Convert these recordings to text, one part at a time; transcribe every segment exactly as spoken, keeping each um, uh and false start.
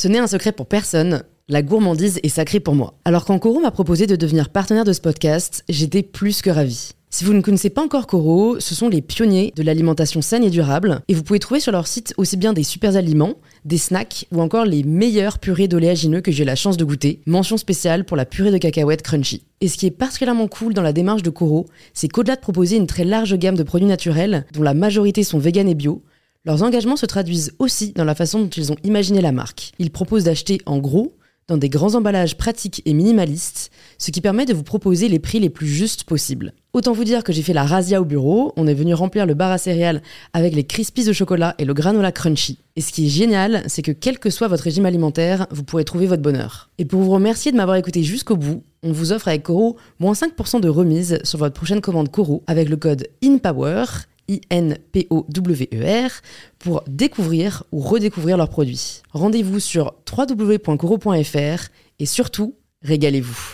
Ce n'est un secret pour personne, la gourmandise est sacrée pour moi. Alors quand Koro m'a proposé de devenir partenaire de ce podcast, j'étais plus que ravie. Si vous ne connaissez pas encore Koro, ce sont les pionniers de l'alimentation saine et durable, et vous pouvez trouver sur leur site aussi bien des super aliments, des snacks ou encore les meilleures purées d'oléagineux que j'ai eu la chance de goûter. Mention spéciale pour la purée de cacahuètes crunchy. Et ce qui est particulièrement cool dans la démarche de Koro, c'est qu'au-delà de proposer une très large gamme de produits naturels, dont la majorité sont véganes et bio, leurs engagements se traduisent aussi dans la façon dont ils ont imaginé la marque. Ils proposent d'acheter en gros, dans des grands emballages pratiques et minimalistes, ce qui permet de vous proposer les prix les plus justes possibles. Autant vous dire que j'ai fait la razzia au bureau, on est venu remplir le bar à céréales avec les Crispies au chocolat et le granola crunchy. Et ce qui est génial, c'est que quel que soit votre régime alimentaire, vous pourrez trouver votre bonheur. Et pour vous remercier de m'avoir écouté jusqu'au bout, on vous offre avec Koro moins cinq pour cent de remise sur votre prochaine commande Koro avec le code INPOWER, I N P O W E R, pour découvrir ou redécouvrir leurs produits. Rendez-vous sur w w w point koro point f r et surtout, régalez-vous.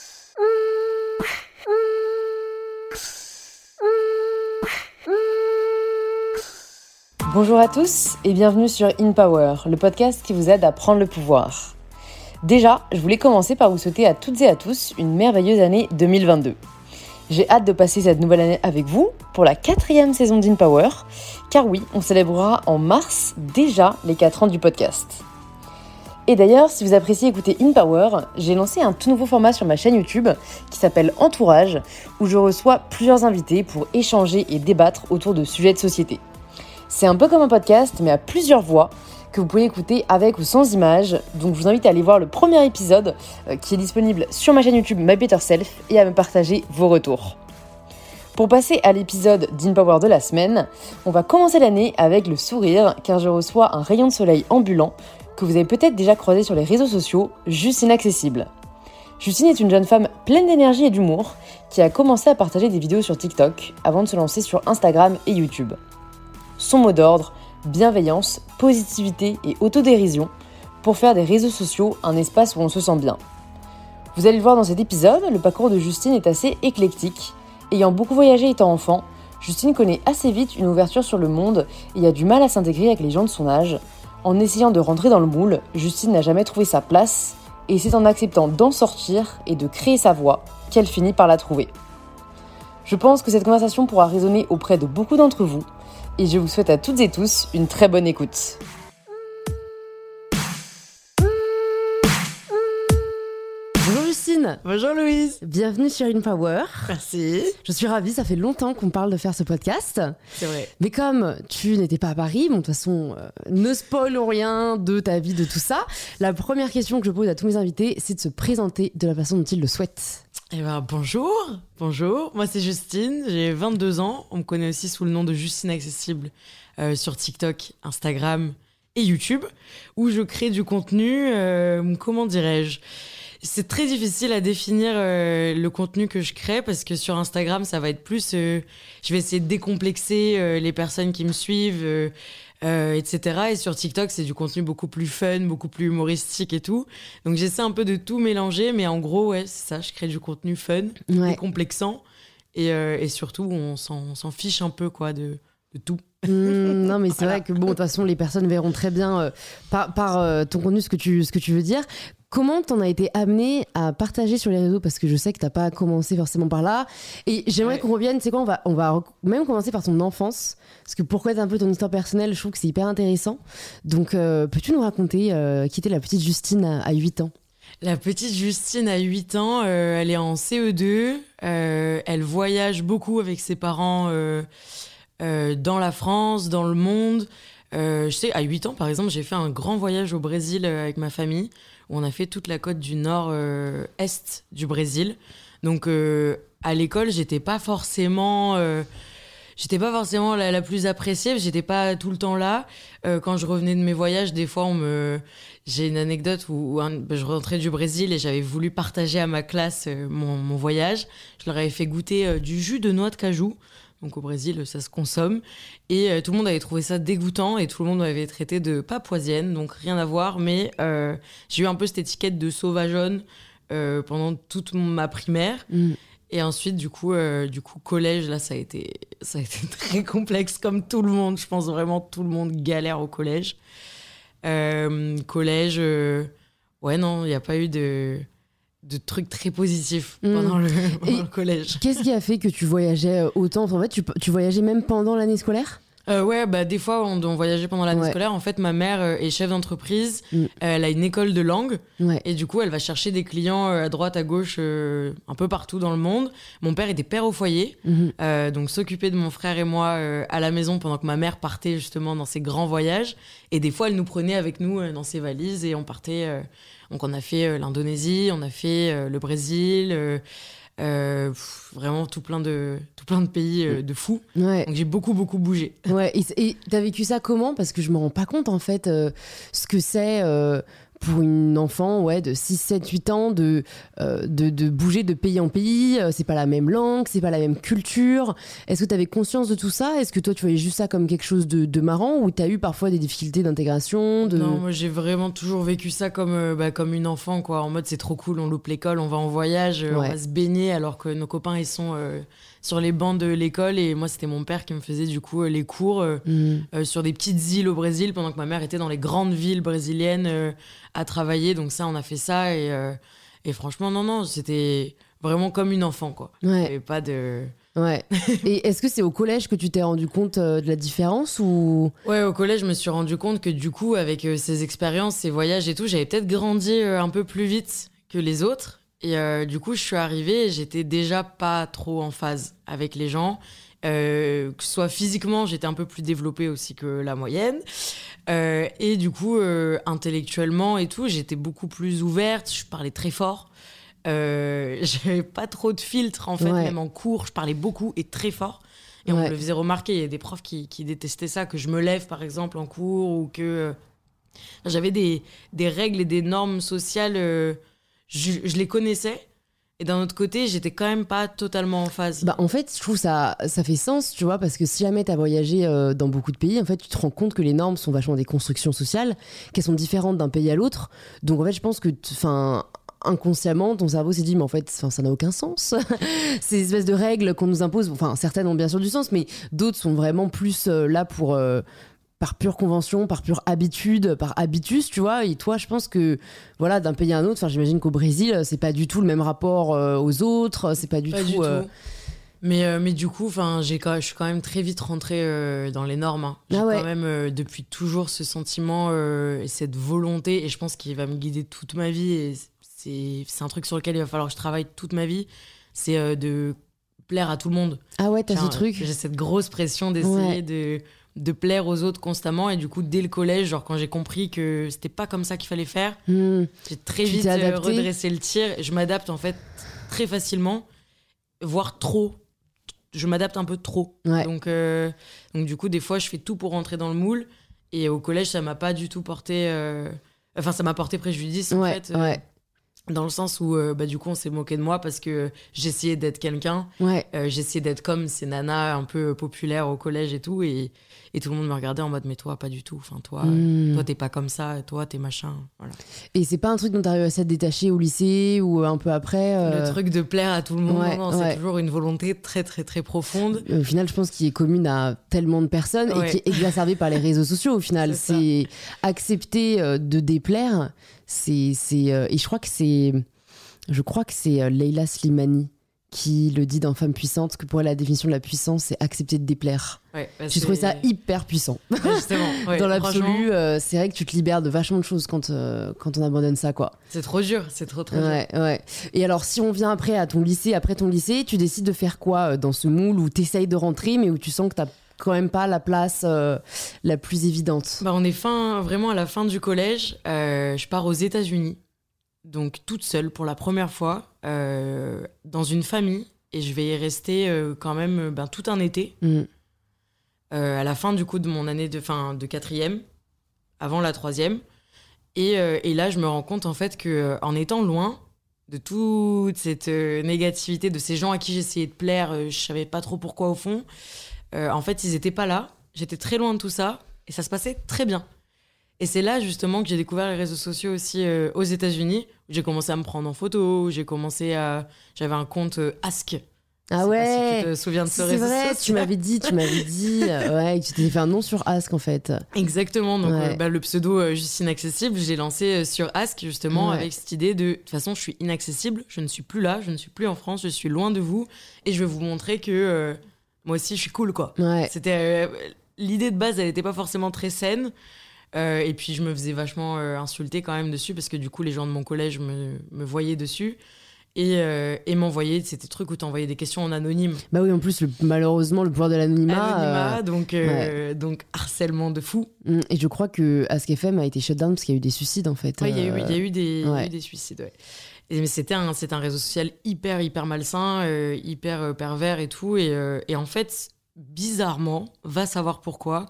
Bonjour à tous et bienvenue sur InPower, le podcast qui vous aide à prendre le pouvoir. Déjà, je voulais commencer par vous souhaiter à toutes et à tous une merveilleuse année deux mille vingt-deux. J'ai hâte de passer cette nouvelle année avec vous pour la quatrième saison d'InPower, car oui, on célébrera en mars déjà les quatre ans du podcast. Et d'ailleurs, si vous appréciez écouter InPower, j'ai lancé un tout nouveau format sur ma chaîne YouTube qui s'appelle Entourage, où je reçois plusieurs invités pour échanger et débattre autour de sujets de société. C'est un peu comme un podcast, mais à plusieurs voix, que vous pouvez écouter avec ou sans images. Donc je vous invite à aller voir le premier épisode euh, qui est disponible sur ma chaîne YouTube My Better Self et à me partager vos retours. Pour passer à l'épisode d'InPower de la semaine, on va commencer l'année avec le sourire car je reçois un rayon de soleil ambulant que vous avez peut-être déjà croisé sur les réseaux sociaux, Justine Accessible. Justine est une jeune femme pleine d'énergie et d'humour qui a commencé à partager des vidéos sur TikTok avant de se lancer sur Instagram et YouTube. Son mot d'ordre, bienveillance, positivité et autodérision pour faire des réseaux sociaux un espace où on se sent bien. Vous allez le voir dans cet épisode, le parcours de Justine est assez éclectique. Ayant beaucoup voyagé étant enfant, Justine connaît assez vite une ouverture sur le monde et a du mal à s'intégrer avec les gens de son âge. En essayant de rentrer dans le moule, Justine n'a jamais trouvé sa place et c'est en acceptant d'en sortir et de créer sa voie qu'elle finit par la trouver. Je pense que cette conversation pourra résonner auprès de beaucoup d'entre vous et je vous souhaite à toutes et tous une très bonne écoute. Bonjour Justine. Bonjour Louise. Bienvenue sur InPower. Merci. Je suis ravie, ça fait longtemps qu'on parle de faire ce podcast. C'est vrai. Mais comme tu n'étais pas à Paris, bon de toute façon, euh, ne spoilons rien de ta vie, de tout ça. La première question que je pose à tous mes invités, c'est de se présenter de la façon dont ils le souhaitent. Eh ben bonjour, bonjour. Moi c'est Justine, j'ai vingt-deux ans. On me connaît aussi sous le nom de Justine Accessible euh, sur TikTok, Instagram et YouTube, où je crée du contenu, euh, comment dirais-je ? C'est très difficile à définir euh, le contenu que je crée parce que sur Instagram, ça va être plus... Euh, je vais essayer de décomplexer euh, les personnes qui me suivent, euh, euh, et cetera. Et sur TikTok, c'est du contenu beaucoup plus fun, beaucoup plus humoristique et tout. Donc j'essaie un peu de tout mélanger, mais en gros, ouais, c'est ça, je crée du contenu fun, Ouais. décomplexant. Et, euh, et surtout, on s'en, on s'en fiche un peu quoi, de, de tout. Mmh, non mais c'est vrai que bon de toute façon les personnes verront très bien euh, par, par euh, ton contenu ce que tu ce que tu veux dire. Comment t'en as été amené à partager sur les réseaux parce que je sais que t'as pas commencé forcément par là et j'aimerais Ouais. qu'on revienne, c'est quoi, on va on va même commencer par ton enfance parce que pour connaître un peu ton histoire personnelle, je trouve que c'est hyper intéressant. Donc euh, peux-tu nous raconter euh, qui était la petite Justine à, à huit ans? La petite Justine a huit ans, euh, elle est en C E deux, euh, elle voyage beaucoup avec ses parents euh, euh, dans la France, dans le monde. Euh, je sais, à huit ans, par exemple, j'ai fait un grand voyage au Brésil euh, avec ma famille, où on a fait toute la côte du nord-est euh, du Brésil. Donc, euh, à l'école, j'étais pas forcément... Euh, J'étais pas forcément la, la plus appréciée, j'étais pas tout le temps là. Euh, quand je revenais de mes voyages, des fois, on me... j'ai une anecdote où, où un... ben, je rentrais du Brésil et j'avais voulu partager à ma classe euh, mon, mon voyage. Je leur avais fait goûter euh, du jus de noix de cajou. Donc au Brésil, ça se consomme. Et euh, tout le monde avait trouvé ça dégoûtant et tout le monde m'avait traité de papouasienne, donc rien à voir. Mais euh, j'ai eu un peu cette étiquette de sauvageonne euh, pendant toute ma primaire. Mmh. Et ensuite, du coup, euh, du coup, collège, là, ça a été, ça a été très complexe, comme tout le monde. Je pense vraiment tout le monde galère au collège. Euh, collège, euh, ouais, non, il n'y a pas eu de, de trucs très positifs mmh. pendant, le, pendant le collège. Qu'est-ce qui a fait que tu voyageais autant ? En fait, tu, tu voyageais même pendant l'année scolaire ? Euh, ouais, bah des fois on, on voyageait pendant l'année ouais. scolaire. En fait, ma mère euh, est chef d'entreprise. Mm. Euh, elle a une école de langue ouais. et du coup, elle va chercher des clients euh, à droite, à gauche, euh, un peu partout dans le monde. Mon père était père au foyer, mm-hmm. euh, donc s'occuper de mon frère et moi euh, à la maison pendant que ma mère partait justement dans ses grands voyages. Et des fois, elle nous prenait avec nous euh, dans ses valises et on partait. Euh, donc, on a fait euh, l'Indonésie, on a fait euh, le Brésil. Euh, Euh, pff, vraiment tout plein de tout plein de pays euh, de fous ouais. Donc j'ai beaucoup beaucoup bougé ouais. et, et t'as vécu ça comment ? Parce que je me rends pas compte en fait euh, ce que c'est euh, pour une enfant ouais, de six, sept, huit ans de, euh, de, de bouger de pays en pays. C'est pas la même langue, c'est pas la même culture. Est-ce que t'avais conscience de tout ça ? Est-ce que toi tu voyais juste ça comme quelque chose de, de marrant ou t'as eu parfois des difficultés d'intégration de... Non, moi j'ai vraiment toujours vécu ça comme, euh, bah, comme une enfant quoi. En mode c'est trop cool, on loupe l'école, on va en voyage, ouais. on va se baigner alors que nos copains ils sont euh, sur les bancs de l'école et moi c'était mon père qui me faisait du coup euh, les cours euh, mmh. euh, sur des petites îles au Brésil pendant que ma mère était dans les grandes villes brésiliennes euh, à travailler. Donc ça on a fait ça et, euh, et franchement non non c'était vraiment comme une enfant quoi. Ouais. Et pas de... Ouais. Et est-ce que c'est au collège que tu t'es rendu compte euh, de la différence ou... Ouais, au collège, je me suis rendu compte que du coup, avec euh, ces expériences, ces voyages et tout, j'avais peut-être grandi euh, un peu plus vite que les autres. Et euh, du coup, je suis arrivée et j'étais déjà pas trop en phase avec les gens. Euh, que ce soit physiquement, j'étais un peu plus développée aussi que la moyenne. Euh, et du coup, euh, intellectuellement et tout, j'étais beaucoup plus ouverte. Je parlais très fort. Euh, j'avais pas trop de filtres en fait, ouais. même en cours, je parlais beaucoup et très fort. Et ouais. on me le faisait remarquer. Il y a des profs qui, qui détestaient ça, que je me lève par exemple en cours ou que enfin, j'avais des, des règles et des normes sociales. Euh, je, je les connaissais. Et d'un autre côté, j'étais quand même pas totalement en phase. Bah, en fait, je trouve ça, ça fait sens, tu vois, parce que si jamais t'as voyagé euh, dans beaucoup de pays, en fait, tu te rends compte que les normes sont vachement des constructions sociales, qu'elles sont différentes d'un pays à l'autre. Donc, en fait, je pense que, enfin, inconsciemment, ton cerveau s'est dit, mais en fait, ça n'a aucun sens. Ces espèces de règles qu'on nous impose, enfin, certaines ont bien sûr du sens, mais d'autres sont vraiment plus euh, là pour... Euh, par pure convention, par pure habitude, par habitus, tu vois. Et toi, je pense que, voilà, d'un pays à un autre, enfin, j'imagine qu'au Brésil, c'est pas du tout le même rapport euh, aux autres, c'est pas du pas tout... Du euh... tout. Mais, euh, mais du coup, j'ai, je suis quand même très vite rentrée euh, dans les normes. Hein. J'ai ah ouais. quand même, euh, depuis toujours, ce sentiment euh, et cette volonté, et je pense qu'il va me guider toute ma vie, et c'est, c'est un truc sur lequel il va falloir que je travaille toute ma vie, c'est euh, de plaire à tout le monde. Ah ouais, t'as Genre, ce truc. J'ai cette grosse pression d'essayer ouais. de... de plaire aux autres constamment, et du coup dès le collège, genre quand j'ai compris que c'était pas comme ça qu'il fallait faire, mmh. j'ai très tu vite euh, redressé le tir. Je m'adapte en fait très facilement, voire trop. Je m'adapte un peu trop. Ouais. Donc, euh, donc du coup des fois je fais tout pour rentrer dans le moule, et au collège ça m'a pas du tout porté euh... enfin ça m'a porté préjudice en ouais, fait euh, ouais. dans le sens où euh, bah, du coup on s'est moqué de moi parce que j'essayais d'être quelqu'un, ouais. euh, j'essayais d'être comme ces nanas un peu populaires au collège et tout, et, et tout le monde me regardait en mode mais toi pas du tout, enfin toi, mmh. toi t'es pas comme ça, toi t'es machin, voilà. Et c'est pas un truc dont t'as réussi à te détacher au lycée ou un peu après euh... Le truc de plaire à tout le monde, ouais, non, non, ouais. c'est toujours une volonté très très très profonde. Au final je pense qu'il est commune à tellement de personnes ouais. et qui est exacerbée par les réseaux sociaux au final. C'est, c'est accepter euh, de déplaire, c'est, c'est, euh, et je crois que c'est Je crois que c'est euh, Leila Slimani qui le dit dans Femme puissante, que pour elle, la définition de la puissance, c'est accepter de déplaire. Ouais, bah tu trouvais ça hyper puissant. Ouais, justement. Ouais, dans l'absolu, euh, c'est vrai que tu te libères de vachement de choses quand, euh, quand on abandonne ça, quoi. C'est trop dur, c'est trop trop ouais, dur. Ouais. Et alors, si on vient après à ton lycée, après ton lycée, tu décides de faire quoi euh, dans ce moule où t'essayes de rentrer, mais où tu sens que t'as quand même pas la place euh, la plus évidente? Bah, on est fin, vraiment à la fin du collège. Euh, je pars aux États-Unis. Donc toute seule pour la première fois euh, dans une famille, et je vais y rester euh, quand même ben, tout un été mmh. euh, à la fin du coup de mon année de, fin, de quatrième, avant la troisième, et, euh, et là je me rends compte en fait que en étant loin de toute cette euh, négativité, de ces gens à qui j'essayais de plaire, euh, je savais pas trop pourquoi au fond, euh, en fait ils étaient pas là, j'étais très loin de tout ça et ça se passait très bien. Et c'est là justement que j'ai découvert les réseaux sociaux aussi euh, aux États-Unis, où j'ai commencé à me prendre en photo, où j'ai commencé à... J'avais un compte euh, Ask Ah c'est ouais, pas si tu te souviens de ce c'est réseau vrai, social. tu m'avais dit, tu m'avais dit, euh, ouais, que tu t'étais fait un nom sur Ask en fait. Exactement, donc Ouais. euh, bah, le pseudo euh, Juste Inaccessible, j'ai lancé euh, sur Ask justement Ouais. avec cette idée de de toute façon je suis inaccessible, je ne suis plus là, je ne suis plus en France, je suis loin de vous et je vais vous montrer que euh, moi aussi je suis cool quoi. Ouais. C'était euh, l'idée de base, elle n'était pas forcément très saine. Euh, et puis je me faisais vachement euh, insulter quand même dessus parce que du coup les gens de mon collège me, me voyaient dessus et, euh, et m'envoyaient c'était trucs où t'envoyais des questions en anonyme. Bah oui, en plus, le- malheureusement, le pouvoir de l'anonymat. Anonymat, euh, donc, euh, donc harcèlement de fou. mm, Et je crois que Ask F M a été shut down parce qu'il y a eu des suicides en fait. Ouais, il y, a eu- il y a euh, eu des, il y a ouais. eu des suicides, ouais. Et, mais c'était un, c'était un réseau social hyper, hyper malsain, euh, hyper euh, pervers et tout. Et, euh, et en fait, bizarrement, va savoir pourquoi,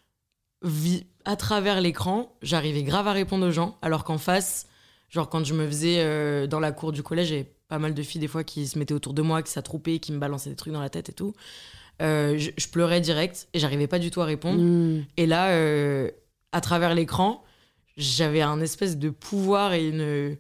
vi- à travers l'écran, j'arrivais grave à répondre aux gens, alors qu'en face, genre quand je me faisais euh, dans la cour du collège, j'avais pas mal de filles des fois qui se mettaient autour de moi, qui s'attroupaient, qui me balançaient des trucs dans la tête et tout. Euh, je, je pleurais direct et j'arrivais pas du tout à répondre. Mm. Et là, euh, à travers l'écran, j'avais un espèce de pouvoir et une,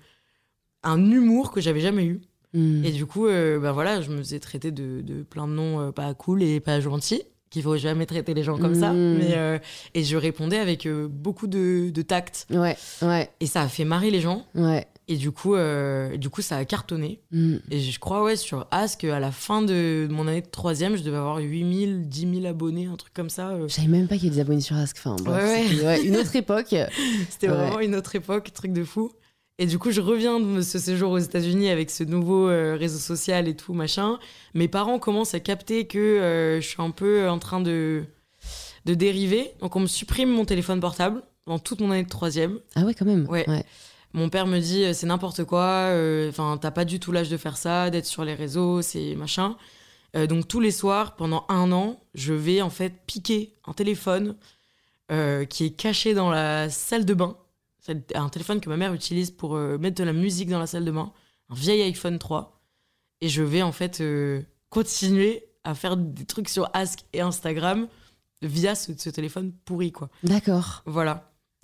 un humour que j'avais jamais eu. Mm. Et du coup, euh, ben voilà, je me faisais traiter de, de plein de noms euh, pas cool et pas gentils, qu'il faut jamais traiter les gens comme ça. Mm. Mais, euh, et je répondais avec euh, beaucoup de, de tact. Ouais, ouais, Et ça a fait marrer les gens. ouais. Et du coup, euh, du coup ça a cartonné. Mm. Et je crois, ouais, sur Ask, à la fin de mon année de troisième, je devais avoir huit mille, dix mille abonnés, un truc comme ça. euh. Je savais même pas qu'il y avait des abonnés sur Ask. Enfin, bref, Ouais, ouais. c'était, ouais, une autre époque. C'était Ouais. vraiment une autre époque, truc de fou. Et du coup, je reviens de ce séjour aux États-Unis avec ce nouveau euh, réseau social et tout, machin. Mes parents commencent à capter que euh, je suis un peu en train de, de dériver. Donc, on me supprime mon téléphone portable dans toute mon année de troisième. Ah ouais, quand même. Ouais. ouais. Mon père me dit, euh, c'est n'importe quoi. Enfin, t'as pas du tout l'âge de faire ça, d'être sur les réseaux, c'est machin. Euh, donc, tous les soirs, pendant un an, je vais en fait piquer un téléphone euh, qui est caché dans la salle de bain. C'est un téléphone que ma mère utilise pour euh, mettre de la musique dans la salle de bain, un vieil iPhone trois. Et je vais en fait euh, continuer à faire des trucs sur Ask et Instagram via ce, ce téléphone pourri, quoi. D'accord. Voilà.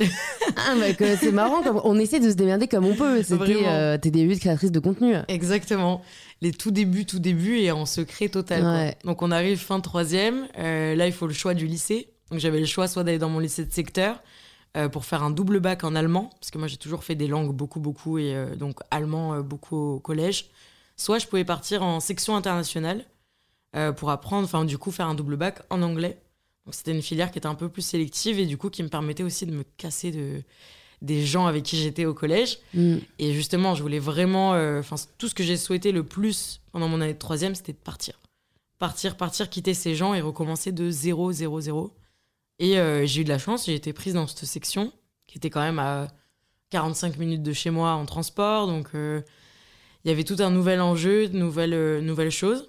Ah, bah, que c'est marrant, comme on essaie de se démerder comme on peut. C'était Vraiment. euh, tes débuts de créatrice de contenu. Exactement. Les tout débuts, tout débuts et en secret total. quoi. Ouais. Donc on arrive fin de troisième. Euh, là, il faut le choix du lycée. Donc j'avais le choix soit d'aller dans mon lycée de secteur euh, pour faire un double bac en allemand, parce que moi j'ai toujours fait des langues beaucoup, beaucoup, et euh, donc allemand euh, beaucoup au collège. Soit je pouvais partir en section internationale euh, pour apprendre, enfin du coup faire un double bac en anglais. Donc c'était une filière qui était un peu plus sélective et du coup qui me permettait aussi de me casser de, des gens avec qui j'étais au collège. Mm. Et justement, je voulais vraiment... Enfin, tout ce que j'ai souhaité le plus pendant mon année de troisième, c'était de partir. Partir, partir, quitter ces gens et recommencer de zéro, zéro, zéro. Et euh, j'ai eu de la chance, j'ai été prise dans cette section, qui était quand même à quarante-cinq minutes de chez moi en transport. Donc, euh, il y avait tout un nouvel enjeu, de nouvelles, euh, nouvelles choses.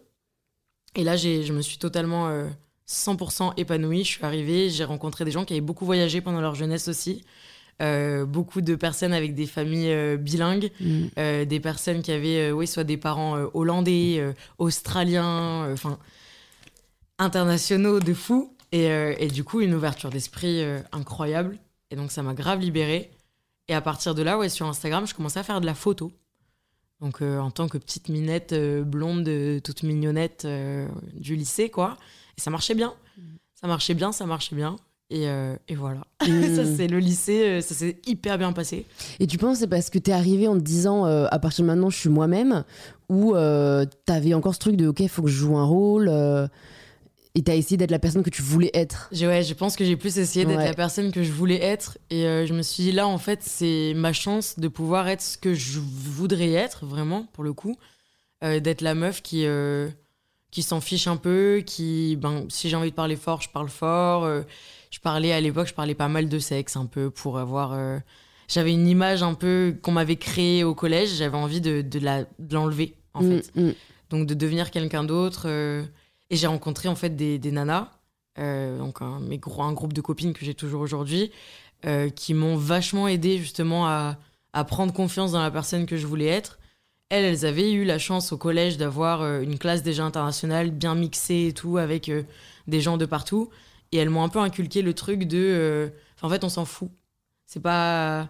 Et là, j'ai, je me suis totalement euh, cent pour cent épanouie. Je suis arrivée, j'ai rencontré des gens qui avaient beaucoup voyagé pendant leur jeunesse aussi. Euh, beaucoup de personnes avec des familles euh, bilingues, Mm. euh, des personnes qui avaient euh, oui, soit des parents euh, hollandais, euh, australiens, enfin euh, internationaux de fou. Et, euh, et du coup, une ouverture d'esprit euh, incroyable. Et donc, ça m'a grave libérée. Et à partir de là, ouais, sur Instagram, je commençais à faire de la photo. Donc, euh, en tant que petite minette euh, blonde, euh, toute mignonnette euh, du lycée, quoi. Et ça marchait bien. Ça marchait bien, ça marchait bien. Et, euh, et voilà. Mm. Ça, c'est le lycée. euh, Ça s'est hyper bien passé. Et tu penses que c'est parce que t'es arrivé en te disant euh, à partir de maintenant je suis moi-même, ou euh, t'avais encore ce truc de ok, faut que je joue un rôle euh, et t'as essayé d'être la personne que tu voulais être. Je, ouais, je pense que j'ai plus essayé d'être Ouais. la personne que je voulais être. Et euh, je me suis dit, là, en fait, c'est ma chance de pouvoir être ce que je voudrais être, vraiment, pour le coup. Euh, d'être la meuf qui, euh, qui s'en fiche un peu, qui, ben, si j'ai envie de parler fort, je parle fort. Euh, je parlais, à l'époque, je parlais pas mal de sexe, un peu, pour avoir... euh, j'avais une image un peu qu'on m'avait créée au collège, j'avais envie de, de, la, de l'enlever, en Mm, fait. mm. Donc de devenir quelqu'un d'autre. euh, Et j'ai rencontré en fait des, des nanas, euh, donc un, mes gros, un groupe de copines que j'ai toujours aujourd'hui, euh, qui m'ont vachement aidé justement à, à prendre confiance dans la personne que je voulais être. Elles, elles avaient eu la chance au collège d'avoir euh, une classe déjà internationale, bien mixée et tout, avec euh, des gens de partout. Et elles m'ont un peu inculqué le truc de... euh, en fait, on s'en fout. C'est pas...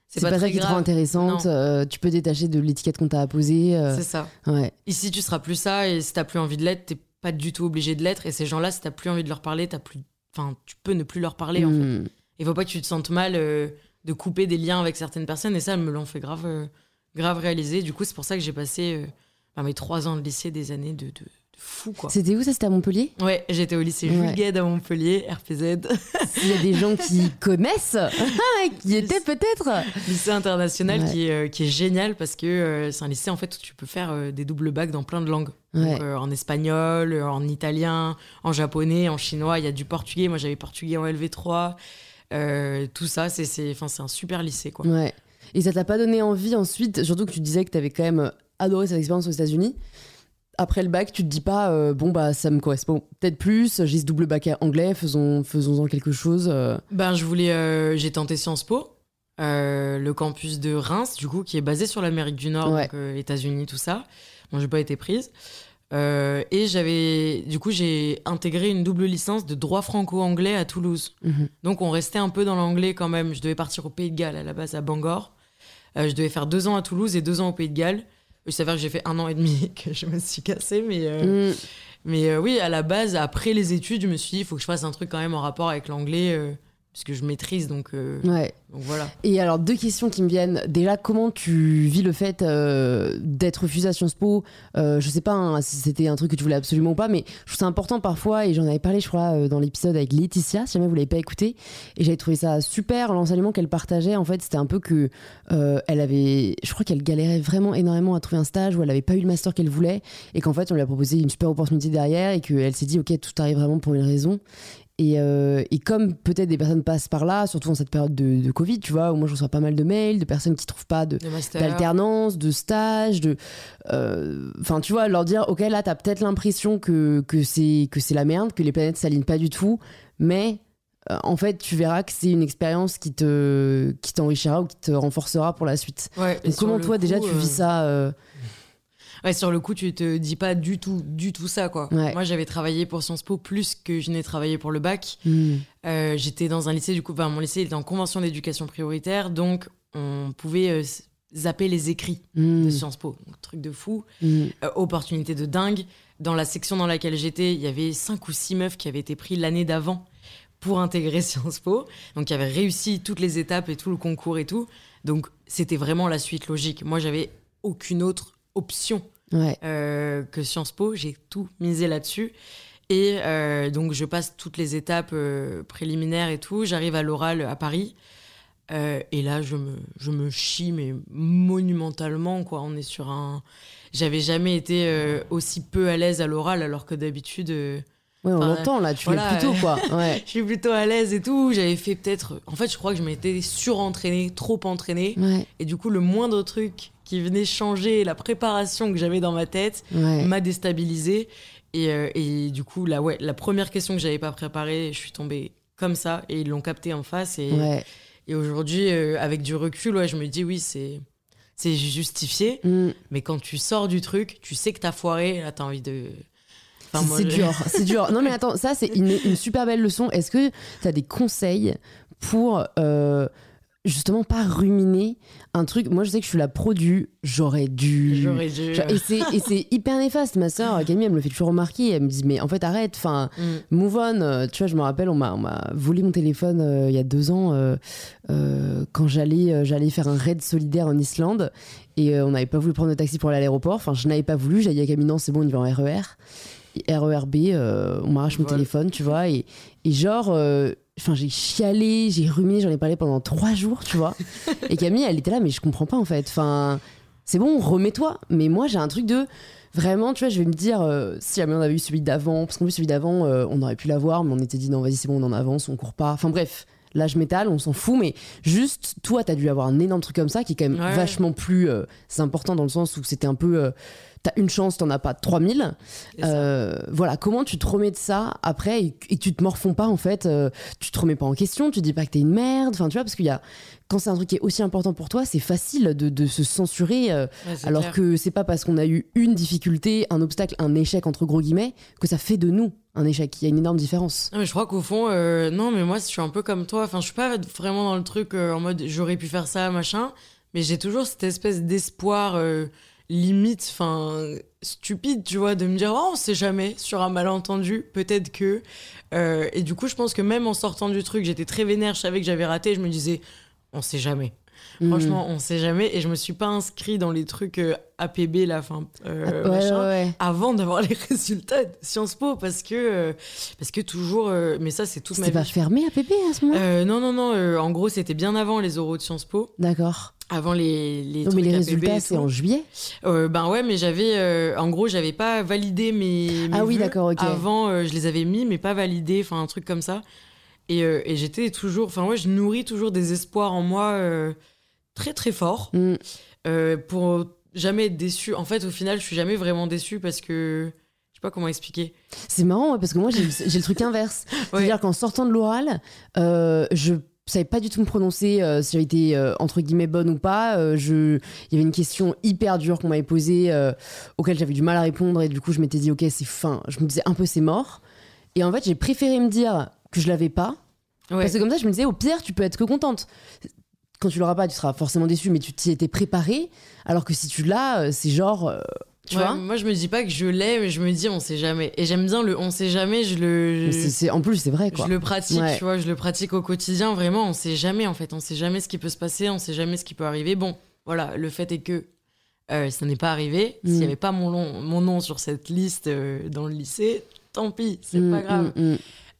c'est, c'est pas, pas ça qui est trop intéressante. Euh, tu peux détacher de l'étiquette qu'on t'a apposée. Euh... C'est ça. Ouais. Ici, tu seras plus ça, et si t'as plus envie de l'être, t'es pas du tout obligé de l'être. Et ces gens-là, si t'as plus envie de leur parler, t'as plus... enfin, tu peux ne plus leur parler, mmh. en fait. Il faut pas que tu te sentes mal euh, de couper des liens avec certaines personnes, et ça, elles me l'ont fait grave, euh, grave réaliser. Du coup, c'est pour ça que j'ai passé euh, bah, mes trois ans de lycée, des années de... de... fou, quoi. C'était où, ça? C'était à Montpellier? Ouais, j'étais au lycée Jules Guesde à Montpellier, R P Z. S'il y a des gens qui connaissent, qui étaient peut-être. Lycée international ouais. qui, est, euh, qui est génial parce que euh, c'est un lycée en fait où tu peux faire euh, des doubles bacs dans plein de langues. Ouais. Donc, euh, en espagnol, euh, en italien, en japonais, en chinois, il y a du portugais. Moi, j'avais portugais en L V trois. Euh, tout ça, c'est, c'est, c'est un super lycée, quoi. Ouais. Et ça t'a pas donné envie ensuite, surtout que tu disais que t'avais quand même adoré cette expérience aux États-Unis. Après le bac, tu te dis pas, euh, bon, bah, ça me correspond peut-être plus, j'ai ce double bac anglais, faisons, faisons-en quelque chose. Euh. Ben, je voulais, euh, j'ai tenté Sciences Po, euh, le campus de Reims, du coup, qui est basé sur l'Amérique du Nord, ouais. donc euh, États-Unis, tout ça. Bon, j'ai pas été prise. Euh, et j'avais, du coup, j'ai intégré une double licence de droit franco-anglais à Toulouse. Mm-hmm. Donc, on restait un peu dans l'anglais quand même. Je devais partir au Pays de Galles, à la base, à Bangor. Euh, je devais faire deux ans à Toulouse et deux ans au Pays de Galles. Il s'avère que j'ai fait un an et demi que je me suis cassée, mais, euh, mm. mais euh, oui, à la base, après les études, je me suis dit, il faut que je fasse un truc quand même en rapport avec l'anglais, euh, puisque je maîtrise, donc, euh, ouais. donc voilà. Et alors, deux questions qui me viennent. Déjà, comment tu vis le fait euh, d'être refusée à Sciences Po? euh, Je sais pas hein, si c'était un truc que tu voulais absolument pas, mais je trouve ça important parfois, et j'en avais parlé, je crois, euh, dans l'épisode avec Laetitia, si jamais vous l'avez pas écouté, et j'avais trouvé ça super, l'enseignement qu'elle partageait, en fait, c'était un peu que euh, elle avait, je crois qu'elle galérait vraiment énormément à trouver un stage où elle avait pas eu le master qu'elle voulait, et qu'en fait, on lui a proposé une super opportunité derrière, et qu'elle s'est dit, ok, tout arrive vraiment pour une raison. Et, euh, et comme peut-être des personnes passent par là, surtout en cette période de, de Covid, tu vois, où moi je reçois pas mal de mails de personnes qui trouvent pas de, de d'alternance, de stage, de, enfin euh, tu vois, leur dire, ok, là t'as peut-être l'impression que que c'est que c'est la merde, que les planètes s'alignent pas du tout, mais euh, en fait tu verras que c'est une expérience qui te qui t'enrichira ou qui te renforcera pour la suite. Ouais, donc comment toi coup, déjà tu euh... vis ça euh... Ouais, sur le coup, tu te dis pas du tout, du tout ça, quoi. Ouais. Moi, j'avais travaillé pour Sciences Po plus que je n'ai travaillé pour le bac. Mmh. Euh, j'étais dans un lycée, du coup, ben, mon lycée était en convention d'éducation prioritaire, donc on pouvait euh, zapper les écrits mmh. de Sciences Po. Donc, truc de fou. Mmh. Euh, opportunité de dingue. Dans la section dans laquelle j'étais, il y avait cinq ou six meufs qui avaient été prises l'année d'avant pour intégrer Sciences Po. Donc, qui avaient réussi toutes les étapes et tout le concours et tout. Donc, c'était vraiment la suite logique. Moi, j'avais aucune autre option ouais. euh, que Sciences Po, j'ai tout misé là-dessus et euh, donc je passe toutes les étapes euh, préliminaires et tout, j'arrive à l'oral à Paris euh, et là je me, je me chie mais monumentalement quoi. On est sur un... J'avais jamais été euh, aussi peu à l'aise à l'oral alors que d'habitude... Euh, Ouais, on l'entend là, tu voilà, l'es plutôt quoi. Ouais. Je suis plutôt à l'aise et tout. J'avais fait peut-être. En fait, je crois que je m'étais surentraînée, trop entraînée. Ouais. Et du coup, le moindre truc qui venait changer la préparation que j'avais dans ma tête ouais. m'a déstabilisée. Et, euh, et du coup, là, ouais, la première question que j'avais pas préparée, je suis tombée comme ça et ils l'ont captée en face. Et, ouais. et aujourd'hui, euh, avec du recul, ouais, je me dis oui, c'est. C'est justifié. Mm. Mais quand tu sors du truc, tu sais que t'as foiré. Là, t'as envie de. Enfin, c'est, c'est je... dur, c'est dur. Non mais attends, ça c'est une, une super belle leçon. Est-ce que tu as des conseils pour euh, justement pas ruminer un truc? Moi je sais que je suis la pro du j'aurais dû. J'aurais dû. Et c'est, et c'est hyper néfaste. Ma sœur Camille, elle me le fait toujours remarquer. Elle me dit mais en fait arrête, enfin mm. move on. Tu vois, je me rappelle, on m'a, on m'a volé mon téléphone euh, il y a deux ans euh, euh, quand j'allais, euh, j'allais faire un raid solidaire en Islande et euh, on n'avait pas voulu prendre le taxi pour aller à l'aéroport. Enfin je n'avais pas voulu. J'ai dit à Camille non c'est bon, on y va en R E R. R E R B, euh, on m'arrache mon voilà. téléphone, tu vois, et, et genre, enfin, euh, j'ai chialé, j'ai ruminé, j'en ai parlé pendant trois jours, tu vois. Et Camille, elle était là, mais je comprends pas en fait. Enfin, c'est bon, remets-toi. Mais moi, j'ai un truc de vraiment, tu vois, je vais me dire, euh, si jamais on avait eu celui d'avant, parce qu'en plus celui d'avant, euh, on aurait pu l'avoir, mais on était dit non, vas-y, c'est bon, on en avance, on court pas. Enfin bref. Là, je m'étale, on s'en fout, mais juste, toi, t'as dû avoir un énorme truc comme ça qui est quand même ouais. vachement plus euh, c'est important dans le sens où c'était un peu, euh, t'as une chance, t'en as pas trois mille. Euh, voilà, comment tu te remets de ça après et, et tu te morfonds pas en fait, euh, tu te remets pas en question, tu dis pas que t'es une merde, enfin tu vois, parce qu'il y a, quand c'est un truc qui est aussi important pour toi, c'est facile de, de se censurer, euh, ouais, alors clair. que c'est pas parce qu'on a eu une difficulté, un obstacle, un échec entre gros guillemets, que ça fait de nous un échec. Il y a une énorme différence. Non, mais je crois qu'au fond, euh, non, mais moi, je suis un peu comme toi. Enfin, je suis pas vraiment dans le truc euh, en mode j'aurais pu faire ça, machin. Mais j'ai toujours cette espèce d'espoir euh, limite, enfin, stupide, tu vois, de me dire, oh, on sait jamais, sur un malentendu, peut-être que. Euh, et du coup, je pense que même en sortant du truc, j'étais très vénère, je savais que j'avais raté, je me disais, on sait jamais. Mmh. Franchement, on sait jamais. Et je me suis pas inscrit dans les trucs euh, A P B, là, enfin, euh, ouais, machin, ouais, ouais. avant d'avoir les résultats de Sciences Po, parce que, euh, parce que toujours. Euh, mais ça, c'est toute ma vie. C'était pas fermé A P B à ce moment-là euh, Non, non, non. Euh, en gros, c'était bien avant les oraux de Sciences Po. D'accord. Avant les, les non, trucs mais les A P B résultats, c'est en juillet euh, Ben ouais, mais j'avais. Euh, en gros, j'avais pas validé mes. mes ah oui, vœux. d'accord, ok. Avant, euh, je les avais mis, mais pas validés, enfin, un truc comme ça. Et, euh, et j'étais toujours. Enfin, ouais, je nourris toujours des espoirs en moi euh, très, très forts Mm. euh, pour jamais être déçue. En fait, au final, je suis jamais vraiment déçue parce que. Je sais pas comment expliquer. C'est marrant, ouais, parce que moi, j'ai, j'ai le truc inverse. Ouais. C'est-à-dire qu'en sortant de l'oral, euh, je savais pas du tout me prononcer euh, si j'avais été euh, entre guillemets bonne ou pas. Euh, je... Il y avait une question hyper dure qu'on m'avait posée, euh, auquel j'avais du mal à répondre, et du coup je m'étais dit ok, c'est fin. Je me disais un peu c'est mort. Et en fait j'ai préféré me dire que je l'avais pas, Ouais. parce que comme ça je me disais au pire tu peux être que contente. Quand tu l'auras pas, tu seras forcément déçue, mais tu t'y étais préparée. Alors que si tu l'as, euh, c'est genre euh, tu Ouais, vois. moi, je me dis pas que je l'ai, mais je me dis on sait jamais. Et j'aime bien le on sait jamais. Je le. Mais c'est, c'est- en plus c'est vrai quoi. Je le pratique, Ouais. tu vois, je le pratique au quotidien, vraiment, on sait jamais en fait, on sait jamais ce qui peut se passer, on sait jamais ce qui peut arriver. Bon, voilà, le fait est que euh, ça n'est pas arrivé. Mm. S'il n'y avait pas mon, long, mon nom sur cette liste euh, dans le lycée, tant pis, c'est Mm, pas grave. mm, mm.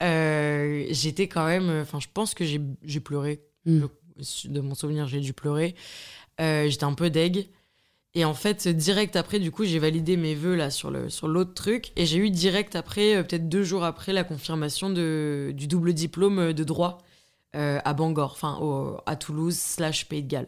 Euh, j'étais quand même, enfin, je pense que j'ai, j'ai pleuré. Mm. De mon souvenir, j'ai dû pleurer. Euh, j'étais un peu deg. Et en fait, direct après, du coup, j'ai validé mes vœux là sur, le, sur l'autre truc. Et j'ai eu direct après, euh, peut-être deux jours après, la confirmation de, du double diplôme de droit euh, à Bangor, enfin au- à Toulouse slash Pays de Galles.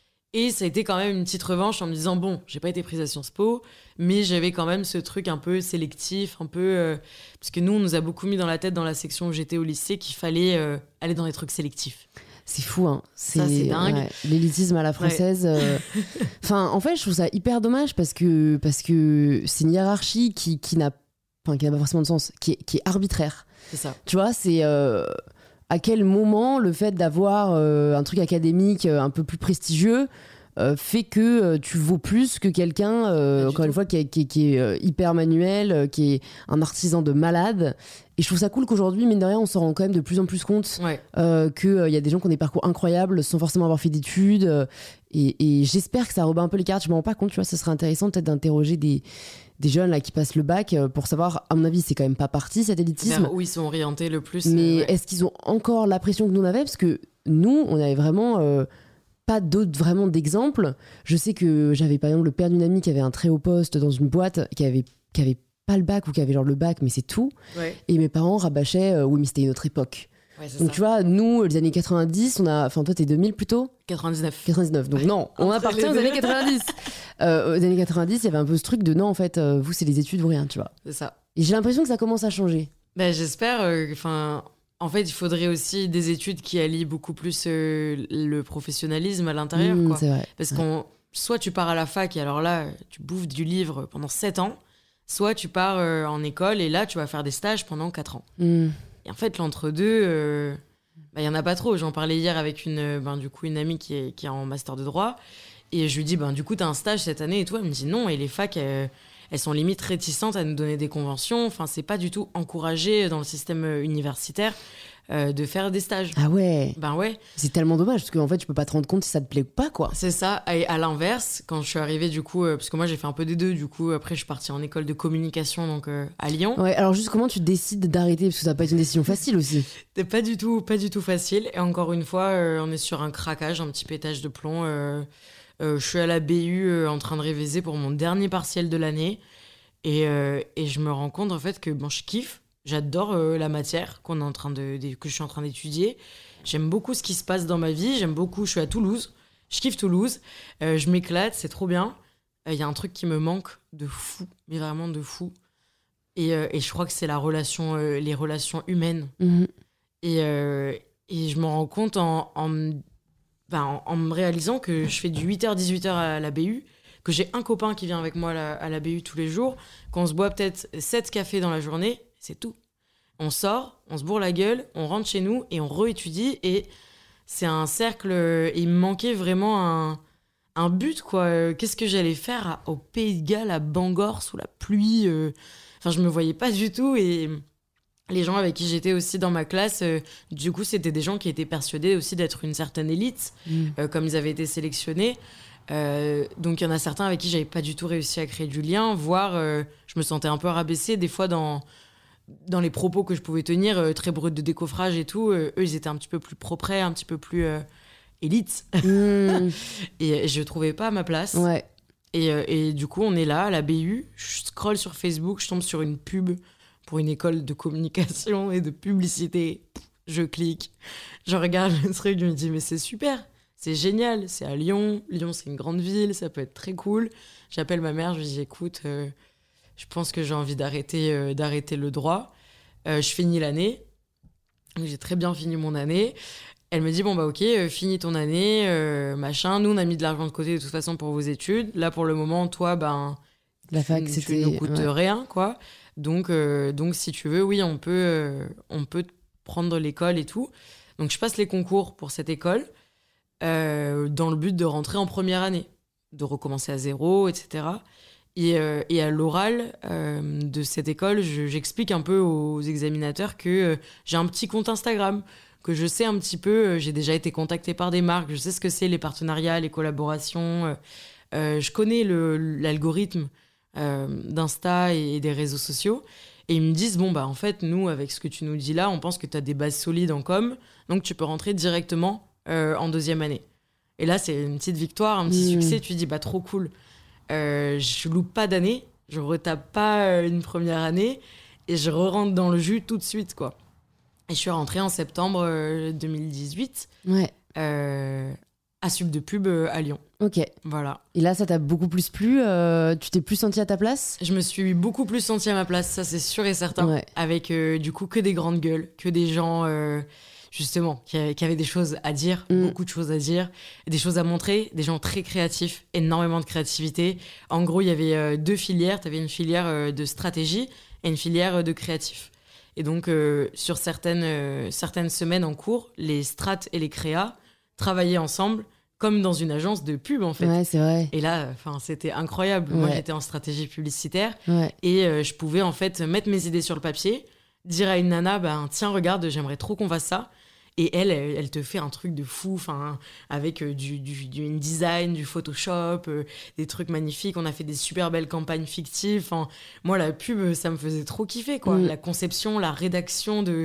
Et ça a été quand même une petite revanche en me disant, bon, j'ai pas été prise à Sciences Po, mais j'avais quand même ce truc un peu sélectif, un peu... Euh, parce que nous, on nous a beaucoup mis dans la tête, dans la section où j'étais au lycée, qu'il fallait euh, aller dans les trucs sélectifs. C'est fou, hein. C'est, Ça, c'est dingue. ouais, l'élitisme à la française. Enfin, euh... en fait, je trouve ça hyper dommage parce que, parce que c'est une hiérarchie qui, qui, n'a, enfin, qui n'a pas forcément de sens, qui est, qui est arbitraire. C'est ça. Tu vois, c'est euh, à quel moment le fait d'avoir euh, un truc académique euh, un peu plus prestigieux euh, fait que euh, tu vaux plus que quelqu'un, euh, encore tout. une fois, qui est, qui est, qui est euh, hyper manuel, euh, qui est un artisan de malade. Et je trouve ça cool qu'aujourd'hui, mine de rien, on s'en rend quand même de plus en plus compte Ouais. euh, qu'il euh, y a des gens qui ont des parcours incroyables sans forcément avoir fait d'études. Euh, et, et j'espère que ça rebat un peu les cartes. Je m'en rends pas compte, tu vois, ça serait intéressant peut-être d'interroger des, des jeunes là, qui passent le bac euh, pour savoir, à mon avis, c'est quand même pas parti cet élitisme. Vers où ils sont orientés le plus. Mais euh, ouais. est-ce qu'ils ont encore la pression que nous on avait ? Parce que nous, on avait vraiment euh, pas d'autres vraiment d'exemples. Je sais que j'avais par exemple le père d'une amie qui avait un très haut poste dans une boîte, qui avait, qui avait pas le bac ou qui avait genre le bac, mais c'est tout. Ouais. Et mes parents rabâchaient, euh, oui, mais c'était une autre époque. Ouais, c'est Donc ça. tu vois, nous, les années quatre-vingt-dix, on a, enfin toi t'es deux mille plutôt quatre-vingt-dix-neuf. quatre-vingt-dix-neuf. Donc non, on Entre appartient les aux deux. années quatre-vingt-dix. euh, aux années quatre-vingt-dix, il y avait un peu ce truc de non, en fait, euh, vous c'est les études ou rien, tu vois. C'est ça. Et j'ai l'impression que ça commence à changer. Ben, j'espère. Enfin, en fait, il faudrait aussi des études qui allient beaucoup plus euh, le professionnalisme à l'intérieur, Mmh, quoi. c'est vrai. Parce Ouais. qu'on, soit tu pars à la fac et alors là, tu bouffes du livre pendant sept ans, soit tu pars euh, en école et là, tu vas faire des stages pendant quatre ans. Mmh. Et en fait, l'entre-deux, euh, bah, il y en a pas trop. J'en parlais hier avec une, euh, ben, du coup, une amie qui est, qui est en master de droit. Et je lui dis, ben, du coup, t'as un stage cette année et tout. Elle me dit non. Et les facs, elles, elles sont limite réticentes à nous donner des conventions. Enfin, c'est pas du tout encouragé dans le système euh, universitaire euh, de faire des stages. Ah ouais, Ben ouais, c'est tellement dommage parce qu'en fait, tu peux pas te rendre compte si ça te plaît ou pas, quoi. c'est ça. Et à l'inverse, quand je suis arrivée, du coup, euh, parce que moi, j'ai fait un peu des deux. Du coup, après, je suis partie en école de communication, donc euh, à Lyon. Ouais, alors juste comment tu décides d'arrêter parce que ça va pas être une décision facile aussi. C'était pas du tout, pas du tout facile. Et encore une fois, euh, on est sur un craquage, un petit pétage de plomb. Euh, euh, je suis à la B U euh, en train de réviser pour mon dernier partiel de l'année. Et, euh, et je me rends compte en fait que bon, je kiffe. J'adore euh, la matière qu'on est en train de, de- que je suis en train d'étudier. J'aime beaucoup ce qui se passe dans ma vie. J'aime beaucoup, je suis à Toulouse. Je kiffe Toulouse. Euh, je m'éclate, c'est trop bien. il y a un truc qui me manque de fou, mais vraiment de fou. Et, euh, et je crois que c'est la relation, euh, les relations humaines. Mmh. Et, euh, et je m'en rends compte en, en, ben, en, en me réalisant que je fais du huit heures dix-huit heures à la B U, que j'ai un copain qui vient avec moi à la, à la B U tous les jours, qu'on se boit peut-être sept cafés dans la journée, c'est tout. On sort, on se bourre la gueule, on rentre chez nous et on réétudie. Et c'est un cercle... Et il me manquait vraiment un, un but, quoi. Qu'est-ce que j'allais faire à, au Pays de Galles, à Bangor, sous la pluie euh... Enfin, je me voyais pas du tout. Et les gens avec qui j'étais aussi dans ma classe, euh, du coup, c'était des gens qui étaient persuadés aussi d'être une certaine élite, mmh. euh, comme ils avaient été sélectionnés. Euh, donc, il y en a certains avec qui j'avais pas du tout réussi à créer du lien, voire euh, je me sentais un peu rabaissée, des fois dans... dans les propos que je pouvais tenir, euh, très brut de décoffrage et tout, euh, eux, ils étaient un petit peu plus propres, un petit peu plus euh, élites. Mmh. et, et je trouvais pas ma place. Ouais. Et, euh, et du coup, on est là, à la B U, je scrolle sur Facebook, je tombe sur une pub pour une école de communication et de publicité. Je clique, je regarde le truc, je me dis, mais c'est super, c'est génial, c'est à Lyon. Lyon, c'est une grande ville, ça peut être très cool. J'appelle ma mère, je lui dis, écoute... Euh, je pense que j'ai envie d'arrêter, euh, d'arrêter le droit. Euh, je finis l'année. J'ai très bien fini mon année. Elle me dit, bon, bah ok, euh, finis ton année, euh, machin. Nous, on a mis de l'argent de côté de toute façon pour vos études. Là, pour le moment, toi, ben, la fac, tu, c'était... tu nous coûtes ouais. rien, quoi. Donc, euh, donc, si tu veux, oui, on peut, euh, on peut prendre l'école et tout. Donc, je passe les concours pour cette école euh, dans le but de rentrer en première année, de recommencer à zéro, et cetera. Et, euh, et à l'oral euh, de cette école, je, j'explique un peu aux examinateurs que euh, j'ai un petit compte Instagram, que je sais un petit peu, euh, j'ai déjà été contactée par des marques, je sais ce que c'est les partenariats, les collaborations, euh, euh, je connais le, l'algorithme euh, d'Insta et, et des réseaux sociaux. Et ils me disent, bon, bah en fait, nous, avec ce que tu nous dis là, on pense que tu as des bases solides en com, donc tu peux rentrer directement euh, en deuxième année. Et là, c'est une petite victoire, un petit mmh. succès, tu te dis, bah trop cool. Euh, je loupe pas d'année, je retape pas une première année et je re-rentre dans le jus tout de suite, quoi. Et je suis rentrée en septembre euh, deux mille dix-huit ouais. euh, à Sub de Pub euh, à Lyon. Ok. Voilà. Et là, ça t'a beaucoup plus plu euh, tu t'es plus sentie à ta place? Je me suis beaucoup plus sentie à ma place, ça c'est sûr et certain. Ouais. Avec euh, du coup que des grandes gueules, que des gens... Euh, justement, qui avait, qui avait des choses à dire, mmh. beaucoup de choses à dire, des choses à montrer, des gens très créatifs, énormément de créativité. En gros, il y avait euh, deux filières. Tu avais une filière euh, de stratégie et une filière euh, de créatif. Et donc, euh, sur certaines, euh, certaines semaines en cours, les strates et les créas travaillaient ensemble, comme dans une agence de pub, en fait. Ouais, c'est vrai. Et là, enfin, c'était incroyable. Ouais. Moi, j'étais en stratégie publicitaire ouais. et euh, je pouvais, en fait, mettre mes idées sur le papier, dire à une nana, ben, tiens, regarde, j'aimerais trop qu'on fasse ça. Et elle, elle, elle te fait un truc de fou, enfin, avec euh, du, du, du InDesign, du Photoshop, euh, des trucs magnifiques. On a fait des super belles campagnes fictives. Enfin, moi, la pub, ça me faisait trop kiffer, quoi. Mmh. La conception, la rédaction de...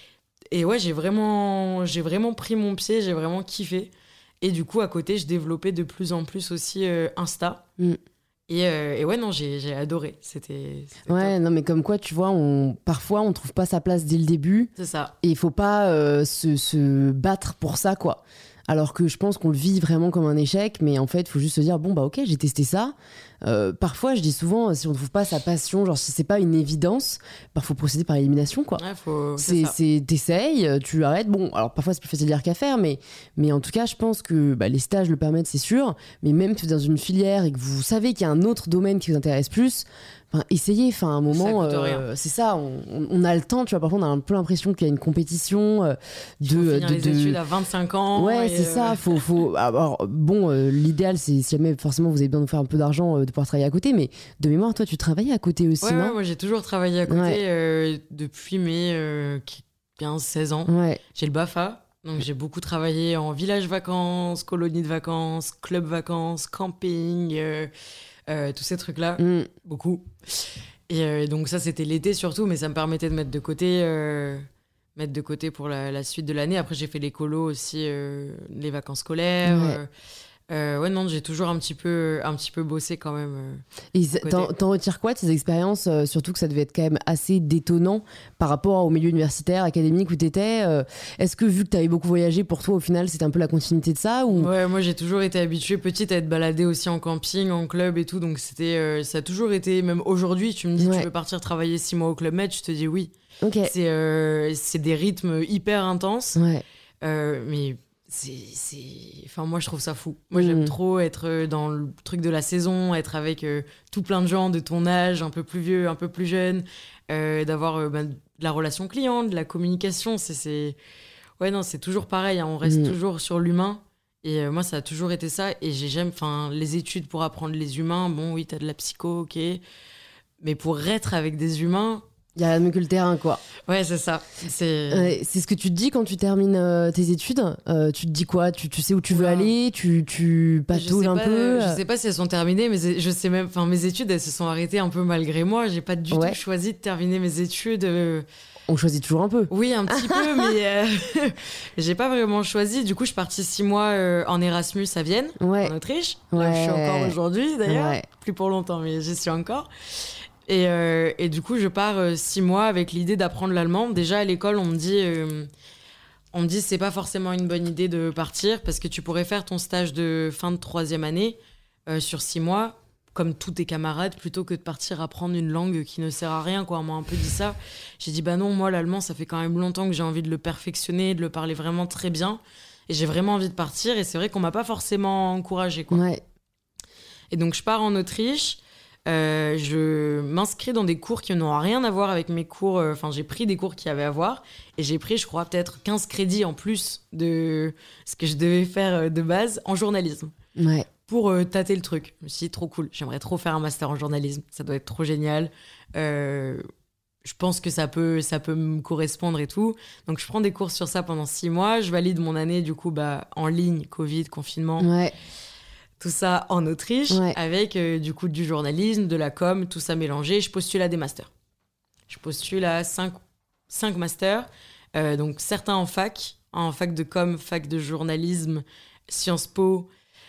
Et ouais, j'ai vraiment, j'ai vraiment pris mon pied, j'ai vraiment kiffé. Et du coup, à côté, je développais de plus en plus aussi euh, Insta. Mmh. Et, euh, et ouais, non, j'ai, j'ai adoré. C'était, c'était ouais, top. Non, mais comme quoi, tu vois, on, parfois, on trouve pas sa place dès le début. C'est ça. Et il faut pas euh, se, se battre pour ça, quoi. Alors que je pense qu'on le vit vraiment comme un échec, mais en fait, il faut juste se dire, bon, bah ok, j'ai testé ça. Euh, parfois, je dis souvent, si on ne trouve pas sa passion, genre si c'est pas une évidence, bah faut procéder par élimination, quoi. Ouais, faut, c'est, c'est ça. c'est, t'essayes, tu arrêtes. Bon, alors parfois, c'est plus facile à dire qu'à faire, mais, mais en tout cas, je pense que bah, les stages le permettent, c'est sûr. Mais même dans une filière et que vous savez qu'il y a un autre domaine qui vous intéresse plus, enfin, essayez, enfin, à un moment, ça euh, c'est ça, on, on, on a le temps, tu vois. Parfois, on a un peu l'impression qu'il y a une compétition euh, de. Il faut finir de, les de... études à vingt-cinq ans. Ouais, c'est euh... ça. Faut, faut... Alors, bon, euh, l'idéal, c'est si jamais forcément vous avez besoin de faire un peu d'argent, euh, de pouvoir travailler à côté. Mais de mémoire, toi, tu travaillais à côté aussi, ouais, non? Ouais, moi, j'ai toujours travaillé à côté ouais. euh, depuis mes euh, quinze seize ans. Ouais. J'ai le BAFA. Donc, j'ai beaucoup travaillé en village vacances, colonie de vacances, club vacances, camping, euh, euh, tous ces trucs-là. Mm. Beaucoup. Et euh, donc, ça, c'était l'été surtout, mais ça me permettait de mettre de côté, euh, mettre de côté pour la, la suite de l'année. Après, j'ai fait l'écolo aussi, euh, les vacances scolaires. Ouais. Euh, Euh, ouais, non, j'ai toujours un petit peu, un petit peu bossé quand même. Euh, Et t'en, t'en retires quoi de ces expériences, euh, surtout que ça devait être quand même assez détonnant par rapport au milieu universitaire, académique où t'étais. Euh, est-ce que vu que t'avais beaucoup voyagé, pour toi, au final, c'était un peu la continuité de ça ou... Ouais, moi j'ai toujours été habituée petite à être baladée aussi en camping, en club et tout, donc c'était, euh, ça a toujours été, même aujourd'hui, tu me dis, ouais. tu veux partir travailler six mois au Club Med, je te dis oui. Okay. C'est, euh, c'est des rythmes hyper intenses, ouais. euh, mais... C'est, c'est... Enfin, moi, je trouve ça fou. Moi, mmh. j'aime trop être dans le truc de la saison, être avec euh, tout plein de gens de ton âge, un peu plus vieux, un peu plus jeune, euh, d'avoir euh, bah, de la relation client, de la communication. C'est, c'est... Ouais, non, c'est toujours pareil. Hein, on reste mmh. toujours sur l'humain. Et euh, moi, ça a toujours été ça. Et j'ai jamais... Enfin, les études pour apprendre les humains, bon, oui, t'as de la psycho, ok. Mais pour être avec des humains... Il y a mieux que le terrain, quoi. Ouais, c'est ça. C'est, euh, c'est ce que tu te dis quand tu termines euh, tes études. Euh, tu te dis quoi, tu, tu sais où tu veux ouais. aller, tu, tu patauges un pas, peu. Je sais pas si elles sont terminées, mais je sais même. Enfin, mes études, elles se sont arrêtées un peu malgré moi. J'ai pas du ouais. tout choisi de terminer mes études. Euh... On choisit toujours un peu. Oui, un petit peu, mais euh... j'ai pas vraiment choisi. Du coup, je suis partie six mois euh, en Erasmus à Vienne, ouais. en Autriche. Ouais. Là, je suis encore aujourd'hui, d'ailleurs. Ouais. Plus pour longtemps, mais j'y suis encore. Et, euh, et du coup, je pars euh, six mois avec l'idée d'apprendre l'allemand. Déjà, à l'école, on me dit, euh, on me dit c'est pas forcément une bonne idée de partir parce que tu pourrais faire ton stage de fin de troisième année euh, sur six mois, comme tous tes camarades, plutôt que de partir apprendre une langue qui ne sert à rien, quoi. On m'a un peu dit ça. J'ai dit, bah non, moi, l'allemand, ça fait quand même longtemps que j'ai envie de le perfectionner, de le parler vraiment très bien. Et j'ai vraiment envie de partir. Et c'est vrai qu'on m'a pas forcément encouragée, quoi. Ouais. Et donc, je pars en Autriche. Euh, je m'inscris dans des cours qui n'ont rien à voir avec mes cours. Enfin, euh, j'ai pris des cours qui avaient à voir et j'ai pris, je crois, peut-être quinze crédits en plus de ce que je devais faire de base en journalisme. Ouais. Pour euh, tâter le truc. Je me suis dit, trop cool. J'aimerais trop faire un master en journalisme. Ça doit être trop génial. Euh, je pense que ça peut, ça peut me correspondre et tout. Donc, je prends des cours sur ça pendant six mois. Je valide mon année, du coup, bah, en ligne, Covid, confinement. Ouais. Tout ça en Autriche, ouais. avec euh, du coup du journalisme, de la com, tout ça mélangé. Je postule à des masters. Je postule à cinq, cinq masters, euh, donc certains en fac, en fac de com, fac de journalisme, Sciences Po,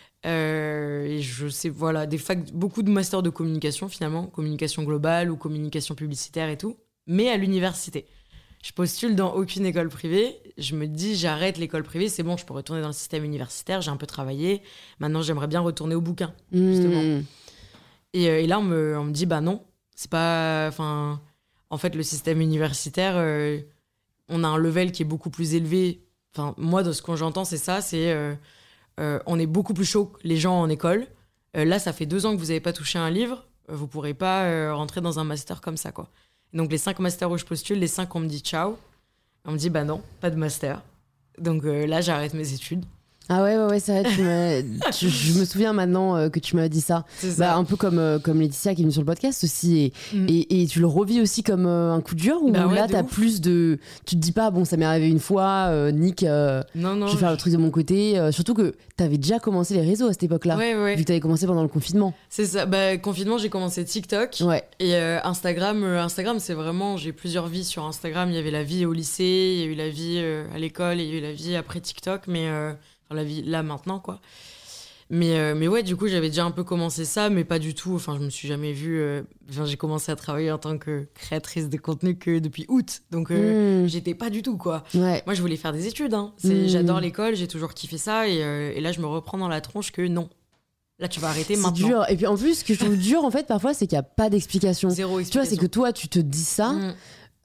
euh, et je sais, voilà, des facs, beaucoup de masters de communication finalement, communication globale ou communication publicitaire et tout, mais à l'université. Je postule dans aucune école privée. Je me dis, j'arrête l'école privée, c'est bon, je peux retourner dans le système universitaire. J'ai un peu travaillé. Maintenant, j'aimerais bien retourner au bouquin, justement. Mmh. Et, euh, et là, on me, on me dit, bah non, c'est pas... Enfin, en fait, le système universitaire, euh, on a un level qui est beaucoup plus élevé. Enfin, moi, de ce que j'entends, c'est ça. C'est, euh, euh, on est beaucoup plus chaud que les gens en école. Euh, là, ça fait deux ans que vous n'avez pas touché un livre. Vous ne pourrez pas euh, rentrer dans un master comme ça, quoi. Donc, les cinq masters où je postule, les cinq, on me dit ciao. On me dit, bah non, pas de master. Donc euh, là, j'arrête mes études. Ah ouais, ouais, ouais, c'est vrai, tu m'as... tu, je me souviens maintenant euh, que tu m'as dit ça. C'est ça. Bah, un peu comme, euh, comme Laetitia qui est venue sur le podcast aussi. Et, mm. et, et tu le revis aussi comme euh, un coup dur ou bah ouais, là, t'as ouf. Plus de... Tu te dis pas, bon, ça m'est arrivé une fois, euh, Nick, euh, non, non, je vais faire je... le truc de mon côté. Euh, surtout que t'avais déjà commencé les réseaux à cette époque-là. Ouais, ouais. Vu que t'avais commencé pendant le confinement. C'est ça. Bah, confinement, j'ai commencé TikTok. Ouais. Et euh, Instagram, euh, Instagram, c'est vraiment... J'ai plusieurs vies sur Instagram. Il y avait la vie au lycée, il y a eu la vie euh, à l'école, il y a eu la vie après TikTok, mais... Euh... la vie là maintenant quoi mais euh, mais ouais du coup j'avais déjà un peu commencé ça mais pas du tout enfin je me suis jamais vue euh... enfin, j'ai commencé à travailler en tant que créatrice de contenu que depuis août donc euh, mmh. j'étais pas du tout quoi ouais. Moi je voulais faire des études hein. C'est, mmh. j'adore l'école, j'ai toujours kiffé ça et, euh, et là je me reprends dans la tronche que non, là tu vas arrêter c'est maintenant. Dur. Et puis en plus ce que je trouve dur en fait parfois c'est qu'il y a pas d'explication. Zéro explication. Tu vois, c'est que toi tu te dis ça mmh.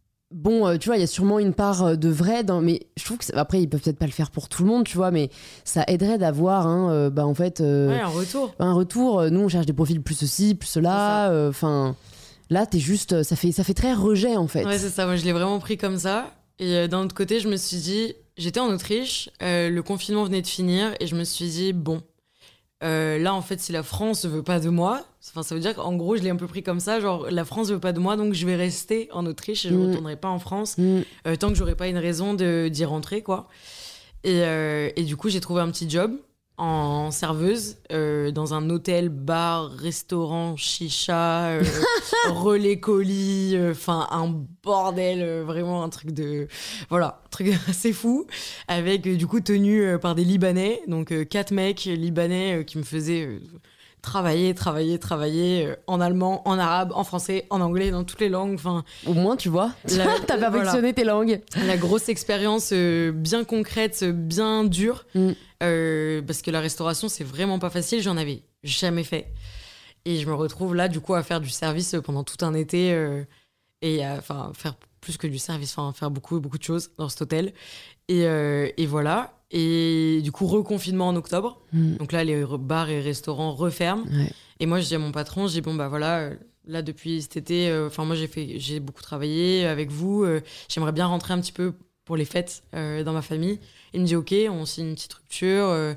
Bon, euh, tu vois, il y a sûrement une part de vrai, dans, mais je trouve que ça, après ils peuvent peut-être pas le faire pour tout le monde, tu vois, mais ça aiderait d'avoir, hein, euh, bah en fait, euh, ouais, un retour. Un retour. Nous, on cherche des profils plus ceci, plus cela. Enfin, euh, là, t'es juste, ça fait, ça fait très rejet en fait. Ouais, c'est ça. Moi, je l'ai vraiment pris comme ça. Et euh, d'un autre côté, je me suis dit, j'étais en Autriche, euh, le confinement venait de finir, et je me suis dit bon. Euh, là en fait si la France veut pas de moi, enfin ça veut dire qu'en gros je l'ai un peu pris comme ça, genre la France veut pas de moi donc je vais rester en Autriche et je mmh. retournerai pas en France mmh. euh, tant que j'aurai pas une raison de, d'y rentrer quoi. Et, euh, et du coup j'ai trouvé un petit job en serveuse euh, dans un hôtel, bar, restaurant, chicha, euh, relais colis, enfin euh, un bordel, euh, vraiment un truc de... Voilà, un truc assez fou, avec euh, du coup tenu euh, par des Libanais, donc euh, quatre mecs libanais euh, qui me faisaient... Euh, travailler, travailler, travailler euh, en allemand, en arabe, en français, en anglais, dans toutes les langues. Enfin, au moins, tu vois, la, t'as perfectionné voilà. tes langues. La grosse expérience euh, bien concrète, bien dure, mm. euh, parce que la restauration, c'est vraiment pas facile. J'en avais jamais fait. Et je me retrouve là, du coup, à faire du service pendant tout un été euh, et à enfin, faire plus que du service, enfin, faire beaucoup, beaucoup de choses dans cet hôtel. Et, euh, et voilà. Et du coup, reconfinement en octobre. Mmh. Donc là, les bars et restaurants referment. Ouais. Et moi, je dis à mon patron, je dis, bon, bah voilà, là, depuis cet été, enfin, euh, moi, j'ai, fait, j'ai beaucoup travaillé avec vous. Euh, j'aimerais bien rentrer un petit peu pour les fêtes euh, dans ma famille. Il me dit, OK, on signe une petite rupture euh,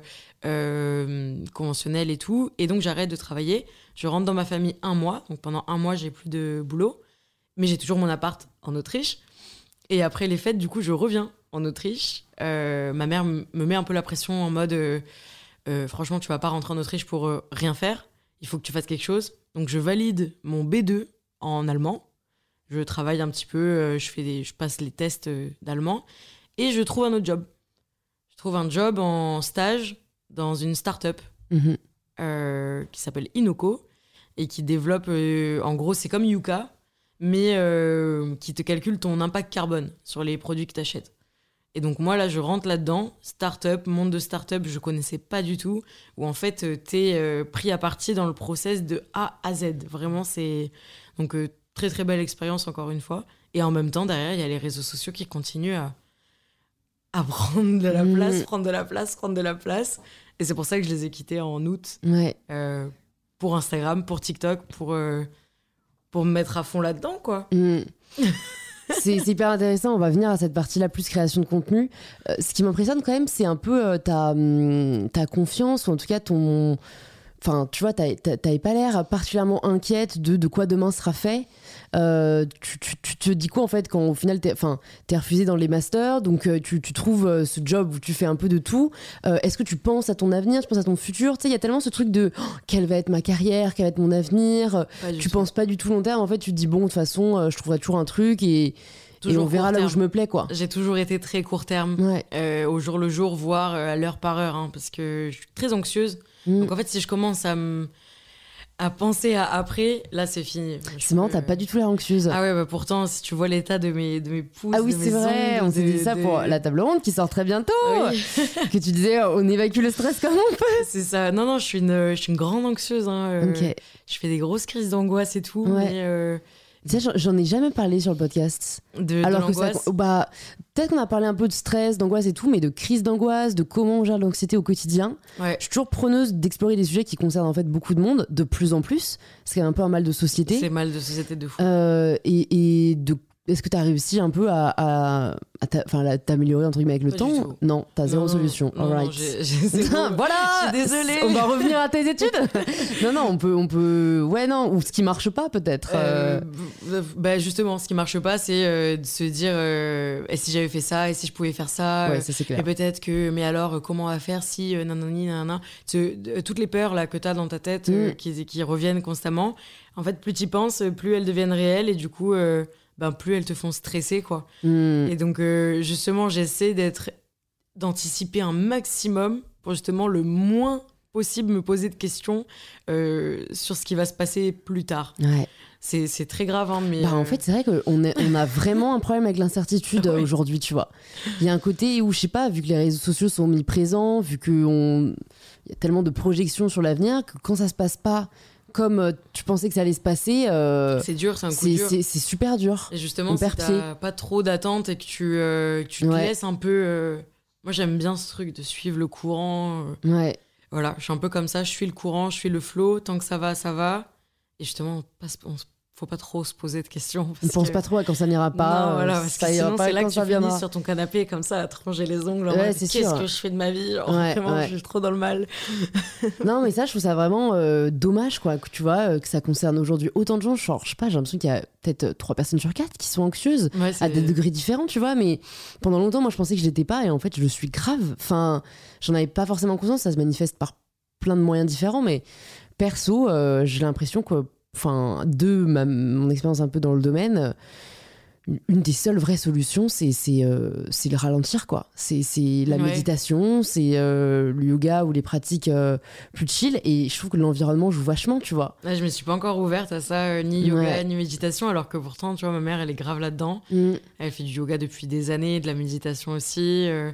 euh, conventionnelle et tout. Et donc, j'arrête de travailler. Je rentre dans ma famille un mois. Donc, pendant un mois, j'ai plus de boulot. Mais j'ai toujours mon appart en Autriche. Et après les fêtes, du coup, je reviens en Autriche. Euh, ma mère m- me met un peu la pression en mode euh, euh, franchement, tu vas pas rentrer en Autriche pour euh, rien faire. Il faut que tu fasses quelque chose. Donc, je valide mon B deux en allemand. Je travaille un petit peu, euh, je, fais des, je passe les tests euh, d'allemand. Et je trouve un autre job. Je trouve un job en stage dans une start-up mmh. euh, qui s'appelle Inoco et qui développe, euh, en gros, c'est comme Yuka, mais euh, qui te calcule ton impact carbone sur les produits que tu achètes. Et donc moi, là, je rentre là-dedans, start-up, monde de start-up, je connaissais pas du tout, où en fait, euh, t'es euh, pris à partie dans le process de A à Z. Vraiment, c'est... Donc, euh, très, très belle expérience, encore une fois. Et en même temps, derrière, il y a les réseaux sociaux qui continuent à, à prendre de la place, mmh. prendre de la place, prendre de la place. Et c'est pour ça que je les ai quittés en août. Ouais. Euh, pour Instagram, pour TikTok, pour... Euh, pour me mettre à fond là-dedans, quoi. Mmh. c'est, c'est hyper intéressant, on va venir à cette partie-là, plus création de contenu. Euh, ce qui m'impressionne quand même, c'est un peu euh, ta, hum, ta confiance, ou en tout cas ton... Enfin, tu vois, t'as, t'as, t'avais pas l'air particulièrement inquiète de, de quoi demain sera fait. Euh, tu, tu, tu te dis quoi, en fait, quand au final, t'es, enfin, t'es refusé dans les masters, donc euh, tu, tu trouves euh, ce job où tu fais un peu de tout. Euh, est-ce que tu penses à ton avenir, tu penses à ton futur? Tu sais, il y a tellement ce truc de oh, quelle va être ma carrière, quel va être mon avenir. Tu tout. penses pas du tout long terme. En fait, tu te dis, bon, de toute façon, euh, je trouverai toujours un truc et... Et on verra là où je me plais, quoi. J'ai toujours été très court terme, ouais. euh, au jour le jour, voire à l'heure par heure, hein, parce que je suis très anxieuse. Mm. Donc en fait, si je commence à, m- à penser à après, là, c'est fini. Je c'est peux... marrant, t'as pas du tout l'air anxieuse. Ah ouais, bah pourtant, si tu vois l'état de mes, de mes pouces, ah oui, de c'est mes vrai, ongles, on s'est de, dit ça de... pour la table ronde qui sort très bientôt. Oui. Que tu disais, on évacue le stress comme on peut. C'est ça. Non, non, je suis une, je suis une grande anxieuse. Hein. Euh, okay. Je fais des grosses crises d'angoisse et tout, ouais. mais... Euh... Tu sais, j'en ai jamais parlé sur le podcast. De, Alors de que ça, bah, peut-être qu'on a parlé un peu de stress, d'angoisse et tout, mais de crise d'angoisse, de comment on gère l'anxiété au quotidien. Ouais. Je suis toujours preneuse d'explorer des sujets qui concernent en fait beaucoup de monde, de plus en plus. C'est quand même un peu un mal de société. C'est mal de société de fou. Euh, et, et de est-ce que tu as réussi un peu à, à, à t'a, la, t'améliorer entre guillemets avec le pas temps? Non, t'as zéro non, solution. Non, All right. non, j'ai, j'ai zéro... voilà. Je suis désolée. On va revenir à tes études. non, non, on peut, on peut. Ouais, non. Ou ce qui marche pas, peut-être. Euh... Euh, bah justement, ce qui marche pas, c'est euh, de se dire euh, et si j'avais fait ça, et si je pouvais faire ça. Ouais, ça c'est clair. Et peut-être que, mais alors, euh, comment on va faire si euh, nanani nanana. Tu, euh, toutes les peurs là que t'as dans ta tête, mm. euh, qui, qui reviennent constamment. En fait, plus t'y penses, plus elles deviennent réelles, et du coup. Euh, ben plus elles te font stresser, quoi. Mm. Et donc, euh, justement, j'essaie d'être, d'anticiper un maximum pour justement le moins possible me poser de questions euh, sur ce qui va se passer plus tard. Ouais. C'est, c'est très grave, hein, mais... Bah, euh... en fait, c'est vrai qu'on est, on a vraiment un problème avec l'incertitude ouais. aujourd'hui, tu vois. Il y a un côté où, je sais pas, vu que les réseaux sociaux sont omniprésents, vu qu'il y a tellement de projections sur l'avenir, que quand ça se passe pas comme tu pensais que ça allait se passer, euh, c'est dur, c'est un coup c'est, dur. C'est, c'est super dur. Et justement, si t'as pas trop d'attentes et que tu, euh, que tu te ouais. laisses un peu... Euh... Moi, j'aime bien ce truc de suivre le courant. Euh... Ouais. Voilà, je suis un peu comme ça, je suis le courant, je suis le flow, tant que ça va, ça va. Et justement, on passe, on faut pas trop se poser de questions. Ne pense que... pas trop à quand ça n'ira pas. Non, voilà, parce ça que ira sinon, pas c'est là quand que ça tu finis viendra. sur ton canapé comme ça à te ronger les ongles. En Ouais, mode, c'est qu'est-ce sûr. que je fais de ma vie? Genre, Ouais, vraiment, ouais. je suis trop dans le mal. Non, mais ça, je trouve ça vraiment euh, dommage, quoi, que tu vois, euh, que ça concerne aujourd'hui autant de gens. Genre, je sais pas, j'ai l'impression qu'il y a peut-être trois personnes sur quatre qui sont anxieuses Ouais, à des degrés différents, tu vois. Mais pendant longtemps, moi, je pensais que je l'étais pas, et en fait, je le suis grave. Enfin, j'en avais pas forcément conscience. Ça se manifeste par plein de moyens différents, mais perso, euh, j'ai l'impression que, enfin, de ma, mon expérience un peu dans le domaine. Une des seules vraies solutions, c'est, c'est, euh, c'est le ralentir, quoi. C'est, c'est la Ouais. méditation, c'est euh, le yoga ou les pratiques euh, plus chill. Et je trouve que l'environnement joue vachement, tu vois. Ouais, je me suis pas encore ouverte à ça, euh, ni yoga, Ouais. ni méditation, alors que pourtant, tu vois, ma mère, elle est grave là-dedans. Mm. Elle fait du yoga depuis des années, de la méditation aussi. euh,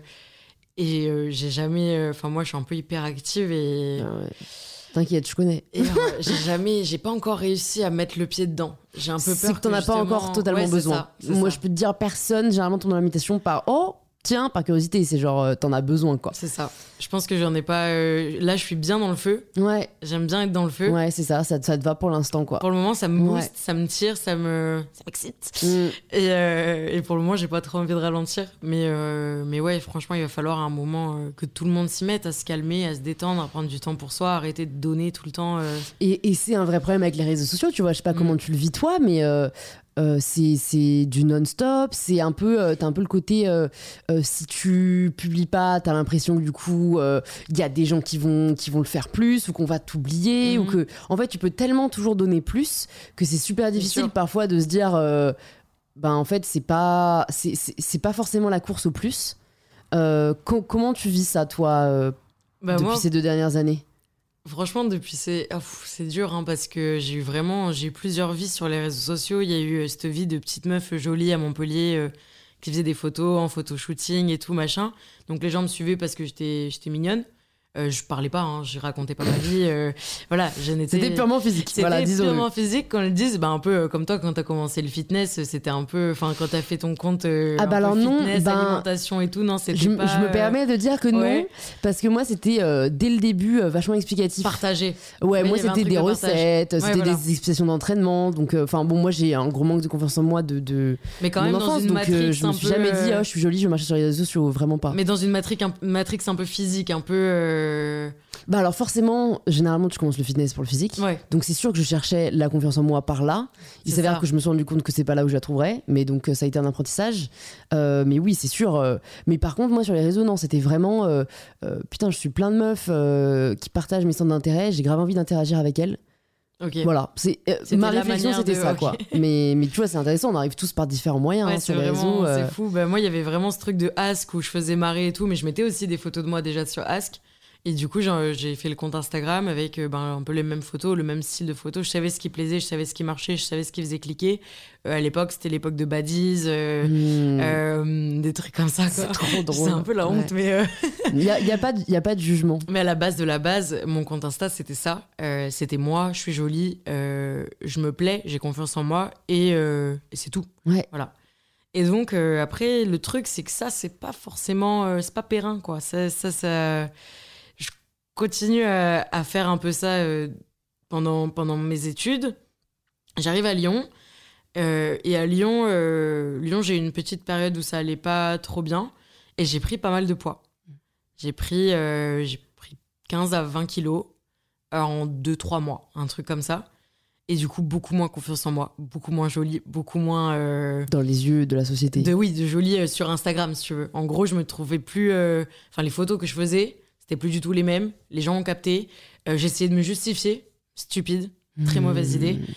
et euh, j'ai jamais. Enfin, moi, je suis un peu hyperactive et. Ah ouais. T'inquiète, je connais. Et euh, j'ai jamais, j'ai pas encore réussi à mettre le pied dedans. J'ai un peu peur. C'est que t'en as pas justement- encore totalement Ouais, c'est besoin. ça, c'est Moi, ça. je peux te dire, personne, généralement, tombe dans la méditation par oh, tiens, par curiosité. C'est genre, euh, t'en as besoin, quoi. C'est ça. Je pense que j'en ai pas. euh, Là, je suis bien dans le feu. Ouais, J'aime bien être dans le feu. ouais, c'est ça, ça, ça te va pour l'instant, quoi. Pour le moment, ça me booste, Ouais. ça me tire, ça me, ça m'excite. Mm. Et, euh, et pour le moment, j'ai pas trop envie de ralentir. Mais, euh, mais ouais, franchement, il va falloir à un moment euh, que tout le monde s'y mette, à se calmer, à se détendre, à prendre du temps pour soi, arrêter de donner tout le temps. euh. Et, et c'est un vrai problème avec les réseaux sociaux, tu vois. Je sais pas Mm. comment tu le vis toi, mais euh, euh, c'est, c'est du non-stop. C'est un peu, euh, t'as un peu le côté, euh, euh, si tu publies pas, t'as l'impression que du coup, il y a des gens qui vont, qui vont le faire plus ou qu'on va t'oublier Mhm. ou que, en fait, tu peux tellement toujours donner plus que c'est super difficile sûr. parfois de se dire, euh, ben en fait, c'est pas, c'est, c'est, c'est pas forcément la course au plus. Euh, co- comment tu vis ça, toi, euh, Bah, depuis moi, ces deux dernières années? franchement, depuis c'est, ah, pff, c'est dur hein, parce que j'ai eu vraiment, j'ai eu plusieurs vies sur les réseaux sociaux. Il y a eu euh, cette vie de petite meuf jolie à Montpellier euh, qui faisait des photos en photoshooting et tout machin. Donc les gens me suivaient parce que j'étais, j'étais mignonne. Euh, je parlais pas, hein, je racontais pas ma vie. euh, voilà, je n'étais. C'était purement physique. C'était Voilà, disons-le. purement physique. Quand ils disent, bah, un peu euh, comme toi, quand t'as commencé le fitness, c'était un peu. Enfin, quand t'as fait ton compte euh, Ah un bah peu alors non, fitness, ben, alimentation et tout, non, c'était Je, pas. je me euh, permets de dire que non, ouais. parce que moi c'était euh, dès le début euh, vachement explicatif. partagé. Ouais, Oui, moi il y avait un c'était truc des de partage. recettes, Ouais, c'était voilà. des explications d'entraînement. Donc, enfin bon, moi j'ai un gros manque de confiance en moi de, de Mais quand mon même, dans enfance, une donc matrix euh, je me un suis peu, jamais dit euh, oh je suis jolie, je vais marcher sur les réseaux sociaux, vraiment pas. Mais dans une matrix un, matrix un peu physique, un peu. euh, Bah alors forcément, généralement tu commences le fitness pour le physique. Ouais. Donc c'est sûr que je cherchais la confiance en moi par là. Il C'est s'avère ça. que je me suis rendu compte que c'est pas là où je la trouverais, mais donc euh, ça a été un apprentissage. Euh, mais oui, c'est sûr. euh, Mais par contre, moi sur les réseaux, non, c'était vraiment euh, euh, putain, je suis plein de meufs euh, qui partagent mes centres d'intérêt. J'ai grave envie d'interagir avec elles. Ok. Voilà, c'est euh, C'était ma la réflexion, manière c'était de- ça ok. quoi. Mais mais tu vois, c'est intéressant. On arrive tous par différents moyens Ouais, hein, c'est sur les vraiment réseaux. euh. c'est fou. Bah, moi, il y avait vraiment ce truc de Ask où je faisais marrer et tout, mais je mettais aussi des photos de moi déjà sur Ask. Et du coup, genre, j'ai fait le compte Instagram avec euh, ben, un peu les mêmes photos, le même style de photos. Je savais ce qui plaisait, je savais ce qui marchait, je savais ce qui faisait cliquer. Euh, à l'époque, c'était l'époque de Baddies, euh, Hmm. euh, des trucs comme ça. Quoi. C'est trop drôle. C'est un peu la honte, Ouais. mais. euh, Il y a, il y a pas de, il y a pas de jugement. Mais à la base de la base, mon compte Insta, c'était ça. Euh, c'était moi, je suis jolie, euh, je me plais, j'ai confiance en moi et, euh, et c'est tout. Ouais. Voilà. Et donc, euh, après, le truc, c'est que ça, c'est pas forcément. euh, c'est pas périn, quoi. Ça, ça, ça... Je continue à, à faire un peu ça euh, pendant, pendant mes études. J'arrive à Lyon. euh, et à Lyon, euh, Lyon, j'ai eu une petite période où ça allait pas trop bien. Et j'ai pris pas mal de poids. J'ai pris, euh, j'ai pris quinze à vingt kilos euh, en deux trois mois, un truc comme ça. Et du coup, beaucoup moins confiance en moi, beaucoup moins jolie, beaucoup moins... euh, Dans les yeux de la société. de, oui, de jolie euh, sur Instagram, si tu veux. En gros, je me trouvais plus... euh, Enfin, les photos que je faisais, c'était plus du tout les mêmes. Les gens ont capté. Euh, J'essayais de me justifier. Stupide. Très mauvaise Hmm. idée.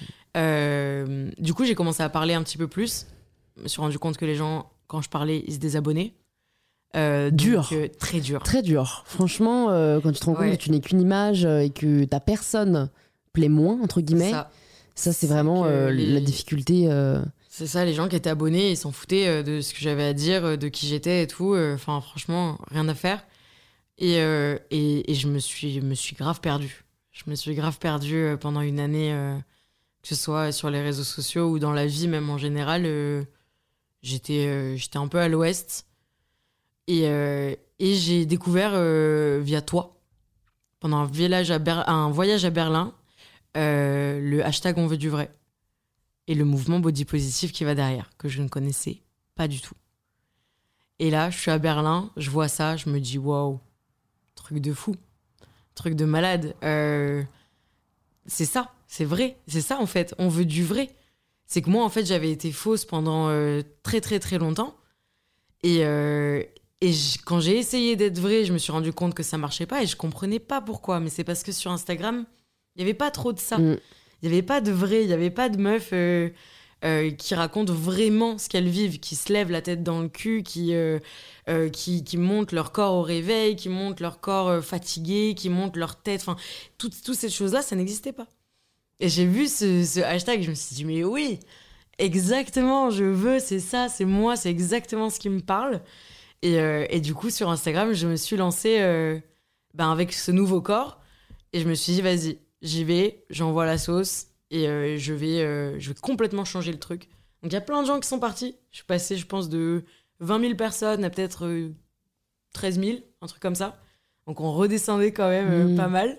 Euh, du coup, j'ai commencé à parler un petit peu plus. Je me suis rendu compte que les gens, quand je parlais, ils se désabonnaient. Euh, Dur. donc, euh, très dur. Très dur. Franchement, euh, quand tu te rends compte Ouais. que tu n'es qu'une image euh, et que ta personne plaît moins, entre guillemets, Ça. ça, c'est C'est vraiment que euh, les- la difficulté. euh, C'est ça, les gens qui étaient abonnés, ils s'en foutaient euh, de ce que j'avais à dire, euh, de qui j'étais et tout. euh, Enfin, franchement, rien à faire. Et, euh, et, et je me suis, me suis grave perdue. Je me suis grave perdue euh, pendant une année, euh, que ce soit sur les réseaux sociaux ou dans la vie même en général. euh, j'étais, euh, j'étais un peu à l'ouest. Et, euh, et j'ai découvert euh, via toi, pendant un, village à Ber- un voyage à Berlin, euh, le hashtag On veut du vrai. et le mouvement body positive qui va derrière, que je ne connaissais pas du tout. Et là, je suis à Berlin, je vois ça, je me dis waouh, truc de fou, truc de malade. Euh, c'est ça, c'est vrai, c'est ça en fait. On veut du vrai. C'est que moi, en fait, j'avais été fausse pendant euh, très très très longtemps. Et, euh, et j- quand j'ai essayé d'être vraie, je me suis rendu compte que ça marchait pas et je comprenais pas pourquoi. Mais c'est parce que sur Instagram, il y avait pas trop de ça. Mm. Il y avait pas de vrai, il y avait pas de meufs euh, euh, qui racontent vraiment ce qu'elles vivent, qui se lèvent la tête dans le cul, qui, euh, euh, qui, qui montent leur corps au réveil, qui montent leur corps euh, fatigué, qui montent leur tête. Enfin, toutes, toutes ces choses-là, ça n'existait pas. Et j'ai vu ce, ce hashtag, je me suis dit, mais oui, exactement, je veux, c'est ça, c'est moi, c'est exactement ce qui me parle. Et, euh, et du coup, sur Instagram, je me suis lancée euh, ben, avec ce nouveau corps. Et je me suis dit, vas-y, j'y vais, j'envoie la sauce. Et euh, je, vais, euh, je vais complètement changer le truc. Donc il y a plein de gens qui sont partis. Je suis passée, je pense, de vingt mille personnes à peut-être euh, treize mille, un truc comme ça. Donc on redescendait quand même euh, Mmh. pas mal.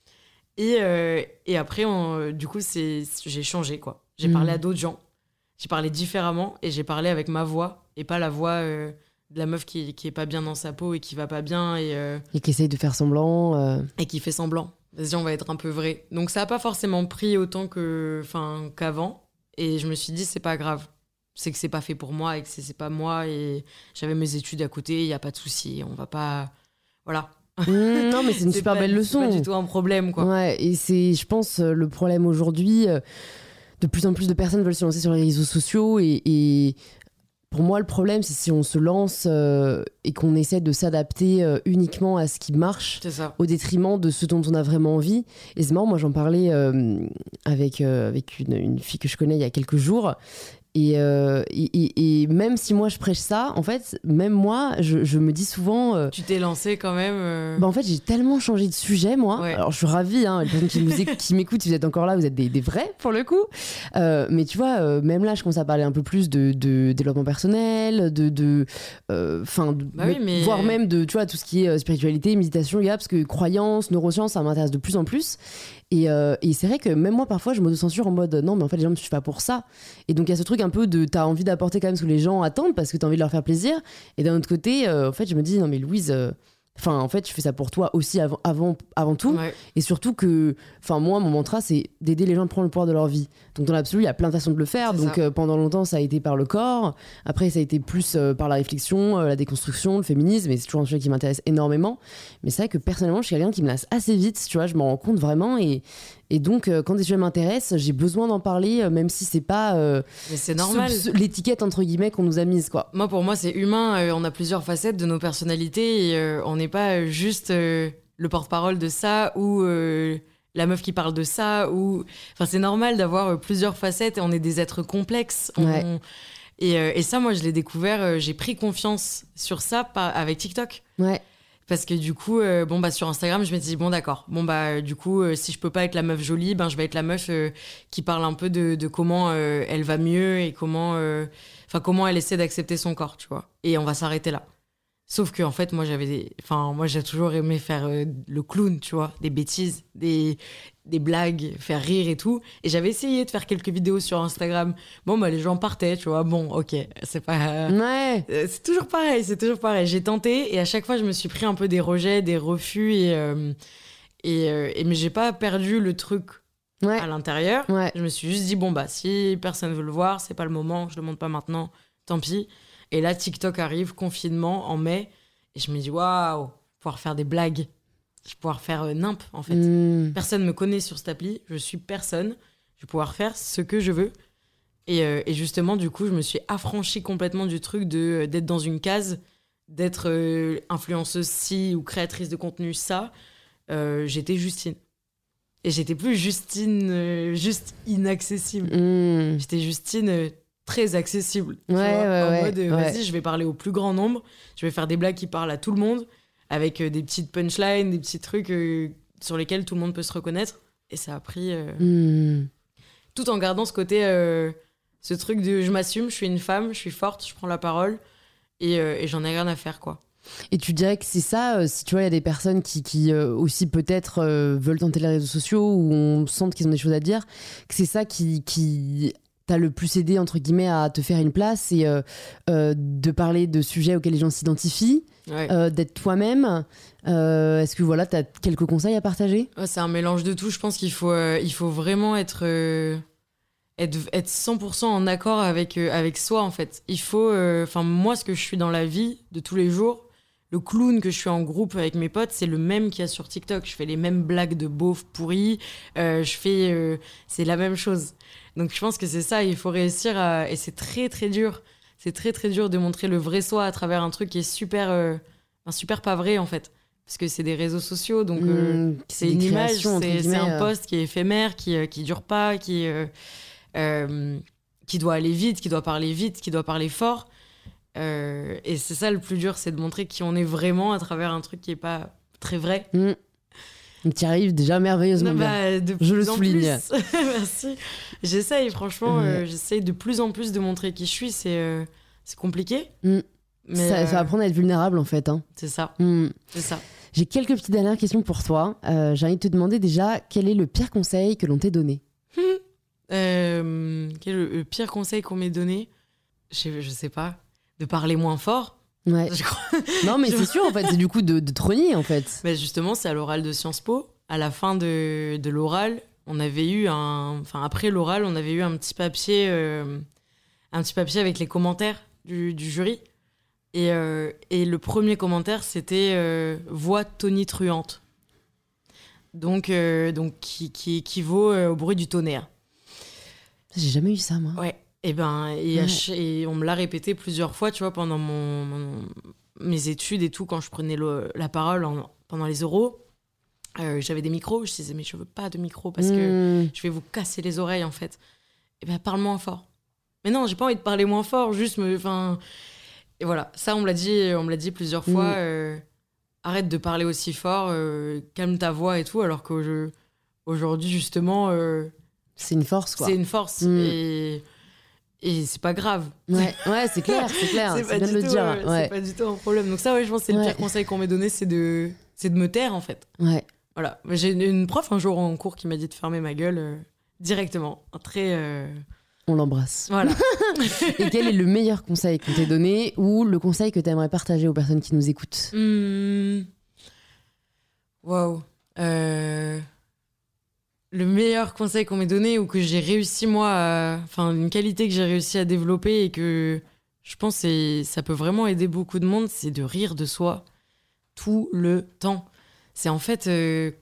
Et, euh, et après, on, euh, du coup, c'est, j'ai changé, quoi. J'ai Mmh. parlé à d'autres gens. J'ai parlé différemment et j'ai parlé avec ma voix et pas la voix euh, de la meuf qui, qui est pas bien dans sa peau et qui va pas bien et, euh, Et qui essaye de faire semblant. euh. et qui fait semblant. Vas-y, on va être un peu vrai. Donc ça a pas forcément pris autant que, enfin, qu'avant. Et je me suis dit, c'est pas grave. C'est que c'est pas fait pour moi et que c'est, c'est pas moi. Et j'avais mes études à côté, il y a pas de souci. On va pas... Voilà. Mmh, non, mais c'est une super pas, belle leçon. C'est pas du tout un problème, quoi. Ouais, et c'est, je pense, euh, le problème aujourd'hui. euh, De plus en plus de personnes veulent se lancer sur les réseaux sociaux et, et pour moi, le problème, c'est si on se lance euh, et qu'on essaie de s'adapter euh, uniquement à ce qui marche C'est ça. au détriment de ce dont on a vraiment envie. Et c'est marrant, moi j'en parlais euh, avec, euh, avec une, une fille que je connais il y a quelques jours. Et, euh, et, et- et même si moi je prêche ça, en fait, même moi, je, je me dis souvent... euh, Tu t'es lancé quand même. euh, bah en fait, j'ai tellement changé de sujet, moi. Ouais. Alors, je suis ravie, hein, les personnes qui, nous éc- qui m'écoutent, si vous êtes encore là, vous êtes des, des vrais, pour le coup. Euh, mais tu vois, euh, même là, je commence à parler un peu plus de, de développement personnel, de... de euh, enfin, de- Bah oui, mais- voire même de, tu vois, tout ce qui est euh, spiritualité, méditation, yoga, parce que croyances, neurosciences, ça m'intéresse de plus en plus. Et, euh, et c'est vrai que même moi, parfois, je m'auto-censure en mode, non, mais en fait, les gens me suivent pas pour ça. Et donc, il y a ce truc un peu de, t'as envie d'apporter quand même ce que les gens attendent, parce que t'as envie de leur faire plaisir. Et d'un autre côté, euh, en fait, je me dis, non, mais Louise... euh, Enfin, en fait, je fais ça pour toi aussi avant, avant, avant tout. Ouais. Et surtout que, enfin, moi, mon mantra, c'est d'aider les gens à prendre le pouvoir de leur vie. Donc, dans l'absolu, il y a plein de façons de le faire. C'est Donc, ça. euh, pendant longtemps, ça a été par le corps. Après, ça a été plus euh, par la réflexion, euh, la déconstruction, le féminisme. Et c'est toujours un sujet qui m'intéresse énormément. Mais c'est vrai que personnellement, je suis quelqu'un qui me lasse assez vite. Tu vois, je m'en rends compte vraiment. Et, et donc, euh, quand des sujets m'intéressent, j'ai besoin d'en parler, euh, même si c'est pas euh, Mais c'est normal. ce- ce- l'étiquette, entre guillemets, qu'on nous a mise, quoi. Moi, pour moi, c'est humain. euh, on a plusieurs facettes de nos personnalités et euh, on n'est pas euh, juste euh, le porte-parole de ça ou euh, la meuf qui parle de ça. Ou... Enfin, c'est normal d'avoir euh, plusieurs facettes et on est des êtres complexes. On- Ouais. Et, euh, et ça, moi, je l'ai découvert. euh, j'ai pris confiance sur ça par- avec TikTok. Ouais. Parce que du coup, euh, bon, bah, sur Instagram, je me dis, bon, d'accord. Bon, bah, euh, du coup, euh, si je peux pas être la meuf jolie, ben, je vais être la meuf euh, qui parle un peu de, de comment euh, elle va mieux et comment, euh, enfin, comment elle essaie d'accepter son corps, tu vois. Et on va s'arrêter là. Sauf que, en fait, moi, j'avais des... Enfin, moi, j'ai toujours aimé faire euh, le clown, tu vois, des bêtises, des, des blagues, faire rire et tout. Et j'avais essayé de faire quelques vidéos sur Instagram. Bon, bah, les gens partaient, tu vois. Bon, ok, c'est pas... Ouais. Euh, C'est toujours pareil, c'est toujours pareil. J'ai tenté et à chaque fois, je me suis pris un peu des rejets, des refus et, euh, et, euh, et mais j'ai pas perdu le truc Ouais. à l'intérieur. Ouais. Je me suis juste dit bon bah si personne veut le voir, c'est pas le moment, je le montre pas maintenant, tant pis. Et là, TikTok arrive, confinement en mai, et je me dis waouh, pouvoir faire des blagues, je vais pouvoir faire euh, nimp en fait. Mmh. Personne me connaît sur cette appli, je suis personne, je vais pouvoir faire ce que je veux. Et, euh, et justement, du coup, je me suis affranchie complètement du truc de, d'être dans une case, d'être euh, influenceuse ci ou créatrice de contenu ça. Euh, j'étais Justine. Et j'étais plus Justine euh, juste inaccessible. Mmh. J'étais Justine euh, très accessible. tu Ouais, vois, ouais, en ouais, mode, euh, ouais. vas-y, je vais parler au plus grand nombre. Je vais faire des blagues qui parlent à tout le monde, avec euh, des petites punchlines, des petits trucs euh, sur lesquels tout le monde peut se reconnaître. Et ça a pris... euh, Mmh. tout en gardant ce côté, euh, ce truc de je m'assume, je suis une femme, je suis forte, je prends la parole et, euh, et j'en ai rien à faire, quoi. Et tu dirais que c'est ça, euh, si tu vois, il y a des personnes qui, qui euh, aussi peut-être euh, veulent tenter les réseaux sociaux ou on sent qu'ils ont des choses à dire, que c'est ça qui, qui t'a le plus aidé, entre guillemets, à te faire une place et euh, euh, de parler de sujets auxquels les gens s'identifient, ouais. euh, d'être toi-même. Euh, est-ce que voilà, t'as quelques conseils à partager ? Ouais, c'est un mélange de tout. Je pense qu'il faut, euh, il faut vraiment être, euh, être, être cent pour cent en accord avec, euh, avec soi, en fait. Il faut... Enfin, moi, ce que je suis dans la vie de tous les jours, le clown que je suis en groupe avec mes potes, c'est le même qu'il y a sur TikTok. Je fais les mêmes blagues de beauf pourris. Euh, je fais... Euh, c'est la même chose. Donc, je pense que c'est ça. Il faut réussir à... Et c'est très, très dur. C'est très, très dur de montrer le vrai soi à travers un truc qui est super... Euh, un super pas vrai, en fait. Parce que c'est des réseaux sociaux, donc euh, mmh, c'est, c'est une image, c'est, c'est un post qui est éphémère, qui, euh, qui dure pas, qui, euh, euh, qui doit aller vite, qui doit parler vite, qui doit parler fort. Euh, et c'est ça le plus dur, c'est de montrer qui on est vraiment à travers un truc qui est pas très vrai. Mmh. Tu y arrives déjà merveilleusement non, bah, bien. Je le souligne. Merci. J'essaye, franchement, mmh. euh, j'essaye de plus en plus de montrer qui je suis. C'est, euh, c'est compliqué. Mmh. Mais ça, euh... ça va apprendre à être vulnérable, en fait. Hein. C'est ça. Mmh. C'est ça. J'ai quelques petites dernières questions pour toi. Euh, j'ai envie de te demander déjà, quel est le pire conseil que l'on t'ait donné ? euh, Quel est le, le pire conseil qu'on m'ait donné ? je, je sais pas. De parler moins fort. Ouais. Je crois. Non, mais c'est sûr, en fait. C'est du coup de, de te renier, en fait. Mais justement, c'est à l'oral de Sciences Po. À la fin de, de l'oral, on avait eu un... Enfin, après l'oral, on avait eu un petit papier, euh, un petit papier avec les commentaires du, du jury. Et, euh, et le premier commentaire, c'était euh, « voix tonitruante ». Donc, euh, donc qui, qui équivaut euh, au bruit du tonnerre. J'ai jamais eu ça, moi. Ouais. Et, ben, et, ouais. ach- et on me l'a répété plusieurs fois, tu vois, pendant mon, mon, mes études et tout, quand je prenais le, la parole en, pendant les oraux. Euh, j'avais des micros, je disais « mais je veux pas de micro parce mmh. que je vais vous casser les oreilles, en fait ». Et ben, parle moins fort. Mais non, j'ai pas envie de parler moins fort, juste me... Enfin... Et voilà, ça, on me l'a dit, on me l'a dit plusieurs fois. Mmh. Euh, arrête de parler aussi fort, euh, calme ta voix et tout, alors qu'aujourd'hui, justement... Euh, c'est une force, quoi. C'est une force. Mmh. Et, et c'est pas grave. Ouais, ouais c'est clair, c'est clair. c'est, c'est bien de le tout, dire. Euh, ouais. C'est pas du tout un problème. Donc ça, ouais, je pense que c'est ouais. le pire conseil qu'on m'ait donné, c'est de, c'est de me taire, en fait. Ouais. Voilà. J'ai une, une prof, un jour, en cours, qui m'a dit de fermer ma gueule euh, directement. Un très... Euh... On l'embrasse. Voilà. Et quel est le meilleur conseil qu'on t'ait donné ou le conseil que tu aimerais partager aux personnes qui nous écoutent ? Waouh. Wow. Euh... Le meilleur conseil qu'on m'ait donné ou que j'ai réussi, moi, à... enfin, une qualité que j'ai réussi à développer et que je pense que ça peut vraiment aider beaucoup de monde, c'est de rire de soi tout le temps. C'est en fait, euh...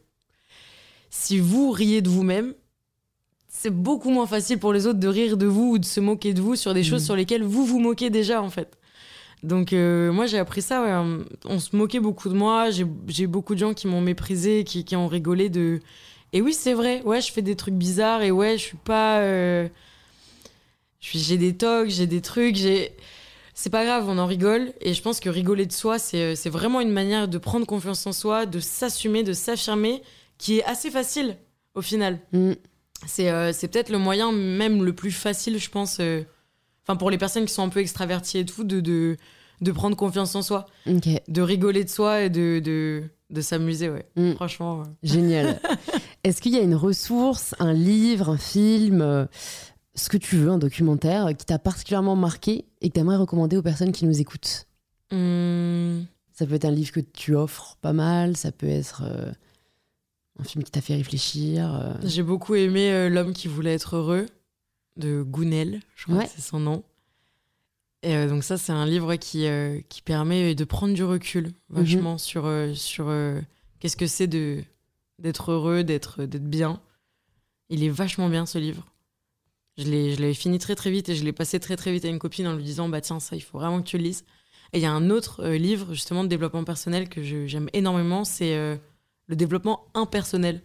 si vous riez de vous-même, c'est beaucoup moins facile pour les autres de rire de vous ou de se moquer de vous sur des mmh. choses sur lesquelles vous vous moquez déjà, en fait. Donc, euh, moi, j'ai appris ça. Ouais. On se moquait beaucoup de moi. J'ai, j'ai beaucoup de gens qui m'ont méprisé, qui, qui ont rigolé de... Et oui, c'est vrai. Ouais, je fais des trucs bizarres et ouais, je suis pas... Euh... Je suis, j'ai des tocs, j'ai des trucs, j'ai... C'est pas grave, on en rigole. Et je pense que rigoler de soi, c'est, c'est vraiment une manière de prendre confiance en soi, de s'assumer, de s'affirmer, qui est assez facile, au final. Mmh. C'est, euh, c'est peut-être le moyen même le plus facile, je pense, euh, enfin pour les personnes qui sont un peu extraverties et tout, de, de, de prendre confiance en soi, okay. de rigoler de soi et de, de, de s'amuser, ouais. Mm. Franchement. Ouais. Génial. Est-ce qu'il y a une ressource, un livre, un film, euh, ce que tu veux, un documentaire qui t'a particulièrement marqué et que t'aimerais recommander aux personnes qui nous écoutent ? mm. Ça peut être un livre que tu offres pas mal, ça peut être... Euh... un film qui t'a fait réfléchir. Euh... J'ai beaucoup aimé euh, L'homme qui voulait être heureux, de Gounel, je crois ouais. que c'est son nom. Et euh, donc ça, c'est un livre qui, euh, qui permet de prendre du recul, vachement, mm-hmm. sur, euh, sur euh, qu'est-ce que c'est de, d'être heureux, d'être, d'être bien. Il est vachement bien, ce livre. Je l'ai, je l'avais fini très très vite et je l'ai passé très très vite à une copine en lui disant « bah tiens, ça, il faut vraiment que tu le lises ». Et il y a un autre euh, livre, justement, de développement personnel que je, j'aime énormément, c'est... Euh, le développement impersonnel.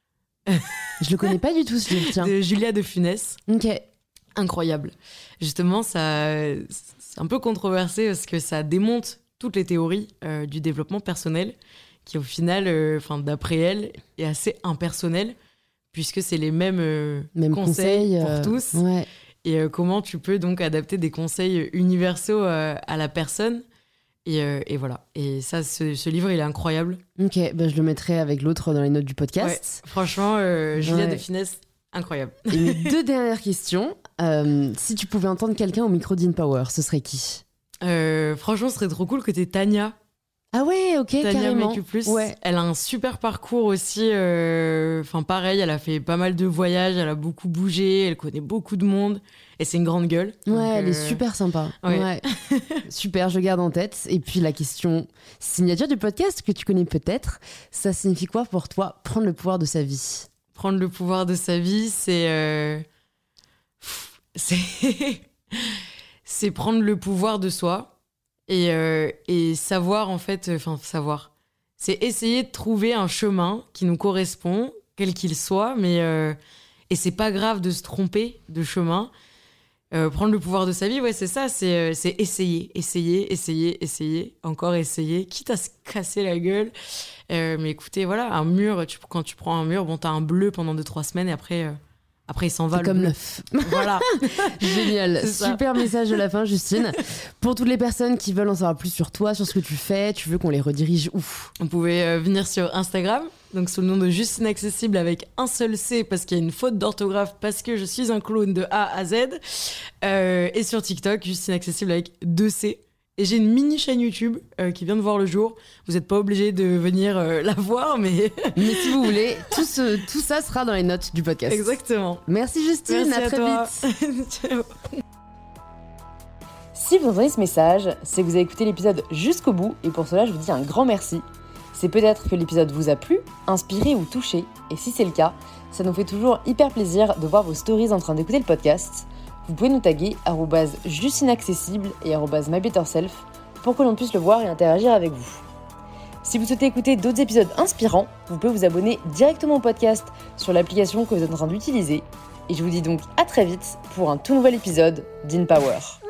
Je le connais pas du tout, ce livre, tiens. De Julia de Funès. Ok. Incroyable. Justement, ça, c'est un peu controversé parce que ça démonte toutes les théories euh, du développement personnel qui, au final, euh, d'après elle, est assez impersonnel puisque c'est les mêmes, euh, Même conseils, conseils pour euh, tous. Ouais. Et euh, comment tu peux donc adapter des conseils universaux euh, à la personne. Et, euh, et voilà. Et ça, ce, ce livre, il est incroyable. Ok, bah je le mettrai avec l'autre dans les notes du podcast. Ouais, franchement, euh, Julia ouais. de Funès, Incroyable. Et mes deux dernières questions. Euh, si tu pouvais entendre quelqu'un au micro d'InPower, ce serait qui ? euh, Franchement, ce serait trop cool que t'aies Tania. Ah ouais, ok, Tania carrément. Make You Plus. Ouais. Elle a un super parcours aussi. Enfin, euh, pareil, elle a fait pas mal de voyages, elle a beaucoup bougé, elle connaît beaucoup de monde. Et c'est une grande gueule. Ouais, donc, elle euh... est super sympa. Ouais. Ouais. Super, je garde en tête. Et puis la question signature du podcast que tu connais peut-être, ça signifie quoi pour toi, prendre le pouvoir de sa vie ? Prendre le pouvoir de sa vie, c'est... Euh... C'est... c'est prendre le pouvoir de soi. Et, euh, et savoir, en fait, enfin, savoir, c'est essayer de trouver un chemin qui nous correspond, quel qu'il soit, mais euh, et c'est pas grave de se tromper de chemin. Euh, prendre le pouvoir de sa vie, ouais, c'est ça, c'est, c'est essayer, essayer, essayer, essayer, encore essayer, quitte à se casser la gueule. Euh, mais écoutez, voilà, un mur, tu, quand tu prends un mur, bon, t'as un bleu pendant deux, trois semaines, et après... Euh, Après, il s'en va. C'est le comme bleu. neuf. Voilà. Génial. C'est Super ça. Message de la fin, Justine. Pour toutes les personnes qui veulent en savoir plus sur toi, sur ce que tu fais, tu veux qu'on les redirige où ? On pouvait euh, venir sur Instagram, donc sous le nom de Justine Accessible avec un seul C parce qu'il y a une faute d'orthographe parce que je suis un clone de A à Z. Euh, et sur TikTok, Justine Accessible avec deux C. Et j'ai une mini chaîne YouTube euh, qui vient de voir le jour. Vous n'êtes pas obligé de venir euh, la voir, mais... mais si vous voulez, tout, ce, tout ça sera dans les notes du podcast. Exactement. Merci Justine, Merci à, à très toi. vite. Ciao. Si vous entendez ce message, c'est que vous avez écouté l'épisode jusqu'au bout et pour cela, je vous dis un grand merci. C'est peut-être que l'épisode vous a plu, inspiré ou touché. Et si c'est le cas, ça nous fait toujours hyper plaisir de voir vos stories en train d'écouter le podcast. Vous pouvez nous taguer arobase justinaccessible et arobase mybetterself pour que l'on puisse le voir et interagir avec vous. Si vous souhaitez écouter d'autres épisodes inspirants, vous pouvez vous abonner directement au podcast sur l'application que vous êtes en train d'utiliser. Et je vous dis donc à très vite pour un tout nouvel épisode d'InPower.